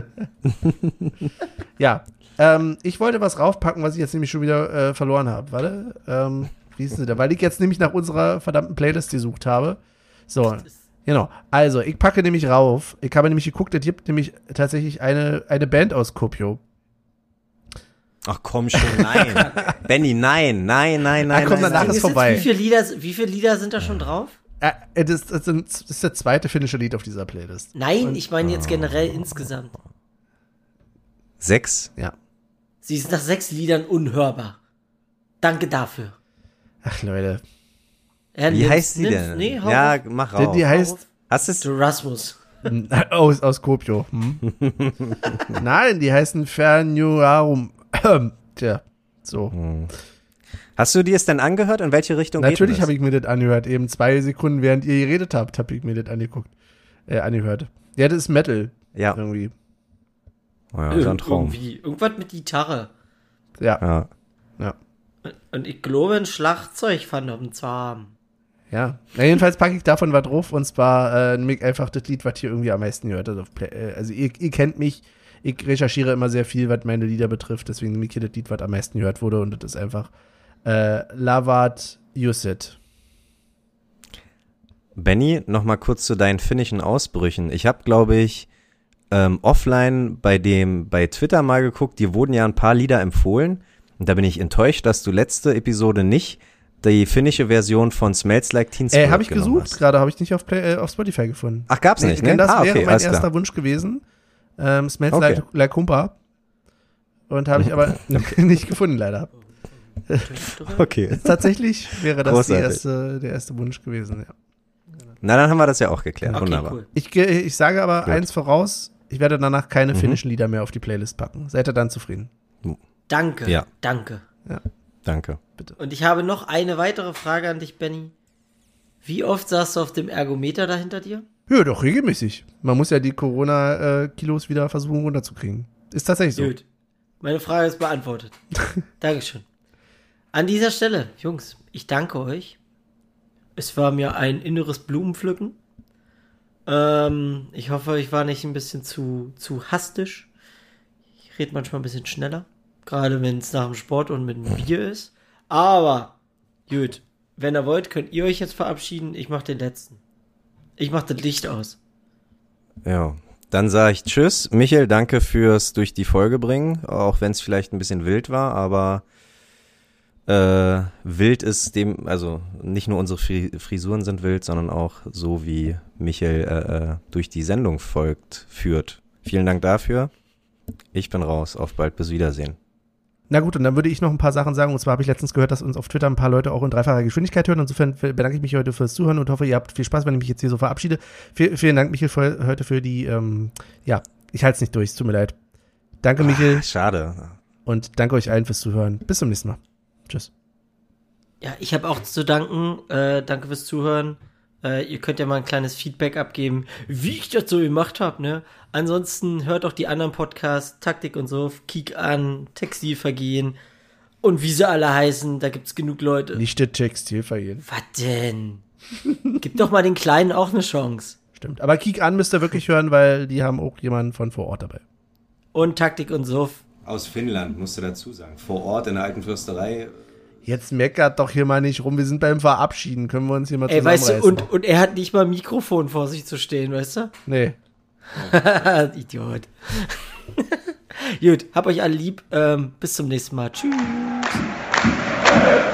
Ja. Ich wollte was raufpacken, was ich jetzt nämlich schon wieder verloren habe. Warte, wie ist denn da? Weil ich jetzt nämlich nach unserer verdammten Playlist gesucht habe. So, genau. Also, ich packe nämlich rauf. Ich habe nämlich geguckt, es gibt nämlich tatsächlich eine Band aus Kuopio. Ach komm schon, nein. Benni, nein. Komm, danach ist vorbei. Wie viele Lieder sind da schon drauf? Das ist der zweite finnische Lied auf dieser Playlist. Nein, ich meine jetzt generell insgesamt. 6? Ja. Sie ist nach 6 Liedern unhörbar. Danke dafür. Ach, Leute. Wie heißt sie denn? Nee, hau ja, auf. mach raus. Die heißt Hast du es? Erasmus. aus Kuopio. Nein, die heißen Fernuarum. Tja, so. Hast du dir es denn angehört? In welche Richtung Natürlich geht habe ich mir das angehört. Eben 2 Sekunden, während ihr geredet habt, habe ich mir das angehört. Ja, das ist Metal. Ja. Irgendwie. Oh ja, so ein Traum. Irgendwie. Irgendwas mit Gitarre. Ja. Und ich glaube, ein Schlagzeug fand ich zu haben. Ja. Na, jedenfalls packe ich davon was drauf und zwar nämlich einfach das Lied, was hier irgendwie am meisten gehört hat. Also ihr kennt mich, ich recherchiere immer sehr viel, was meine Lieder betrifft, deswegen nehme ich hier das Lied, was am meisten gehört wurde und das ist einfach Lavat Jussit. Benny, noch mal kurz zu deinen finnischen Ausbrüchen. Ich habe, glaube ich, offline bei Twitter mal geguckt, dir wurden ja ein paar Lieder empfohlen und da bin ich enttäuscht, dass du letzte Episode nicht die finnische Version von Smells Like Teen Spirit habe ich gesucht, gerade habe ich nicht auf Spotify gefunden. Ach, gab's nicht, ne? Denn das wäre okay, mein erster Wunsch gewesen. Smells Like Humpa. Und habe ich aber nicht gefunden, leider. Okay. Tatsächlich wäre das der Großartig. erste Wunsch gewesen, ja. Na, dann haben wir das ja auch geklärt. Okay, Wunderbar. cool. Ich sage aber Gut. eins voraus, ich werde danach keine finnischen Lieder mehr auf die Playlist packen. Seid ihr dann zufrieden? Danke. Ja. Danke. Danke. Und ich habe noch eine weitere Frage an dich, Benny. Wie oft saßt du auf dem Ergometer da hinter dir? Ja, doch, regelmäßig. Man muss ja die Corona-Kilos wieder versuchen runterzukriegen. Ist tatsächlich so. Gut. Meine Frage ist beantwortet. Dankeschön. An dieser Stelle, Jungs, ich danke euch. Es war mir ein inneres Blumenpflücken. Ich hoffe, ich war nicht ein bisschen zu hastisch. Ich rede manchmal ein bisschen schneller. Gerade wenn es nach dem Sport und mit dem Bier ist. Aber, gut, wenn ihr wollt, könnt ihr euch jetzt verabschieden. Ich mache den letzten. Ich mache das Licht aus. Ja, dann sage ich Tschüss. Michael, danke fürs durch die Folge bringen, auch wenn es vielleicht ein bisschen wild war, aber wild ist also nicht nur unsere Frisuren sind wild, sondern auch so, wie Michael durch die Sendung führt. Vielen Dank dafür. Ich bin raus. Auf bald. Bis Wiedersehen. Na gut, und dann würde ich noch ein paar Sachen sagen. Und zwar habe ich letztens gehört, dass uns auf Twitter ein paar Leute auch in dreifacher Geschwindigkeit hören. Insofern bedanke ich mich heute fürs Zuhören und hoffe, ihr habt viel Spaß, wenn ich mich jetzt hier so verabschiede. Vielen Dank, Michael, heute für die, ich halte es nicht durch, es tut mir leid. Danke, Michael. Schade. Und danke euch allen fürs Zuhören. Bis zum nächsten Mal. Tschüss. Ja, ich habe auch zu danken. Danke fürs Zuhören. Ihr könnt ja mal ein kleines Feedback abgeben, wie ich das so gemacht habe, ne? Ansonsten hört auch die anderen Podcasts, Taktik und so, Kick an, Textilvergehen und wie sie alle heißen, da gibt's genug Leute. Nicht der Textilvergehen. Was denn? Gib doch mal den Kleinen auch eine Chance. Stimmt. Aber Kick an müsst ihr wirklich hören, weil die haben auch jemanden von vor Ort dabei. Und Taktik und Suff. Aus Finnland, musst du dazu sagen. Vor Ort in der alten Fürsterei. Jetzt meckert doch hier mal nicht rum, wir sind beim Verabschieden, können wir uns hier mal Ey, weißt du, zusammenreißen. und er hat nicht mal ein Mikrofon vor sich zu stehen, weißt du? Nee. Idiot. Gut, hab euch alle lieb. Bis zum nächsten Mal. Tschüss.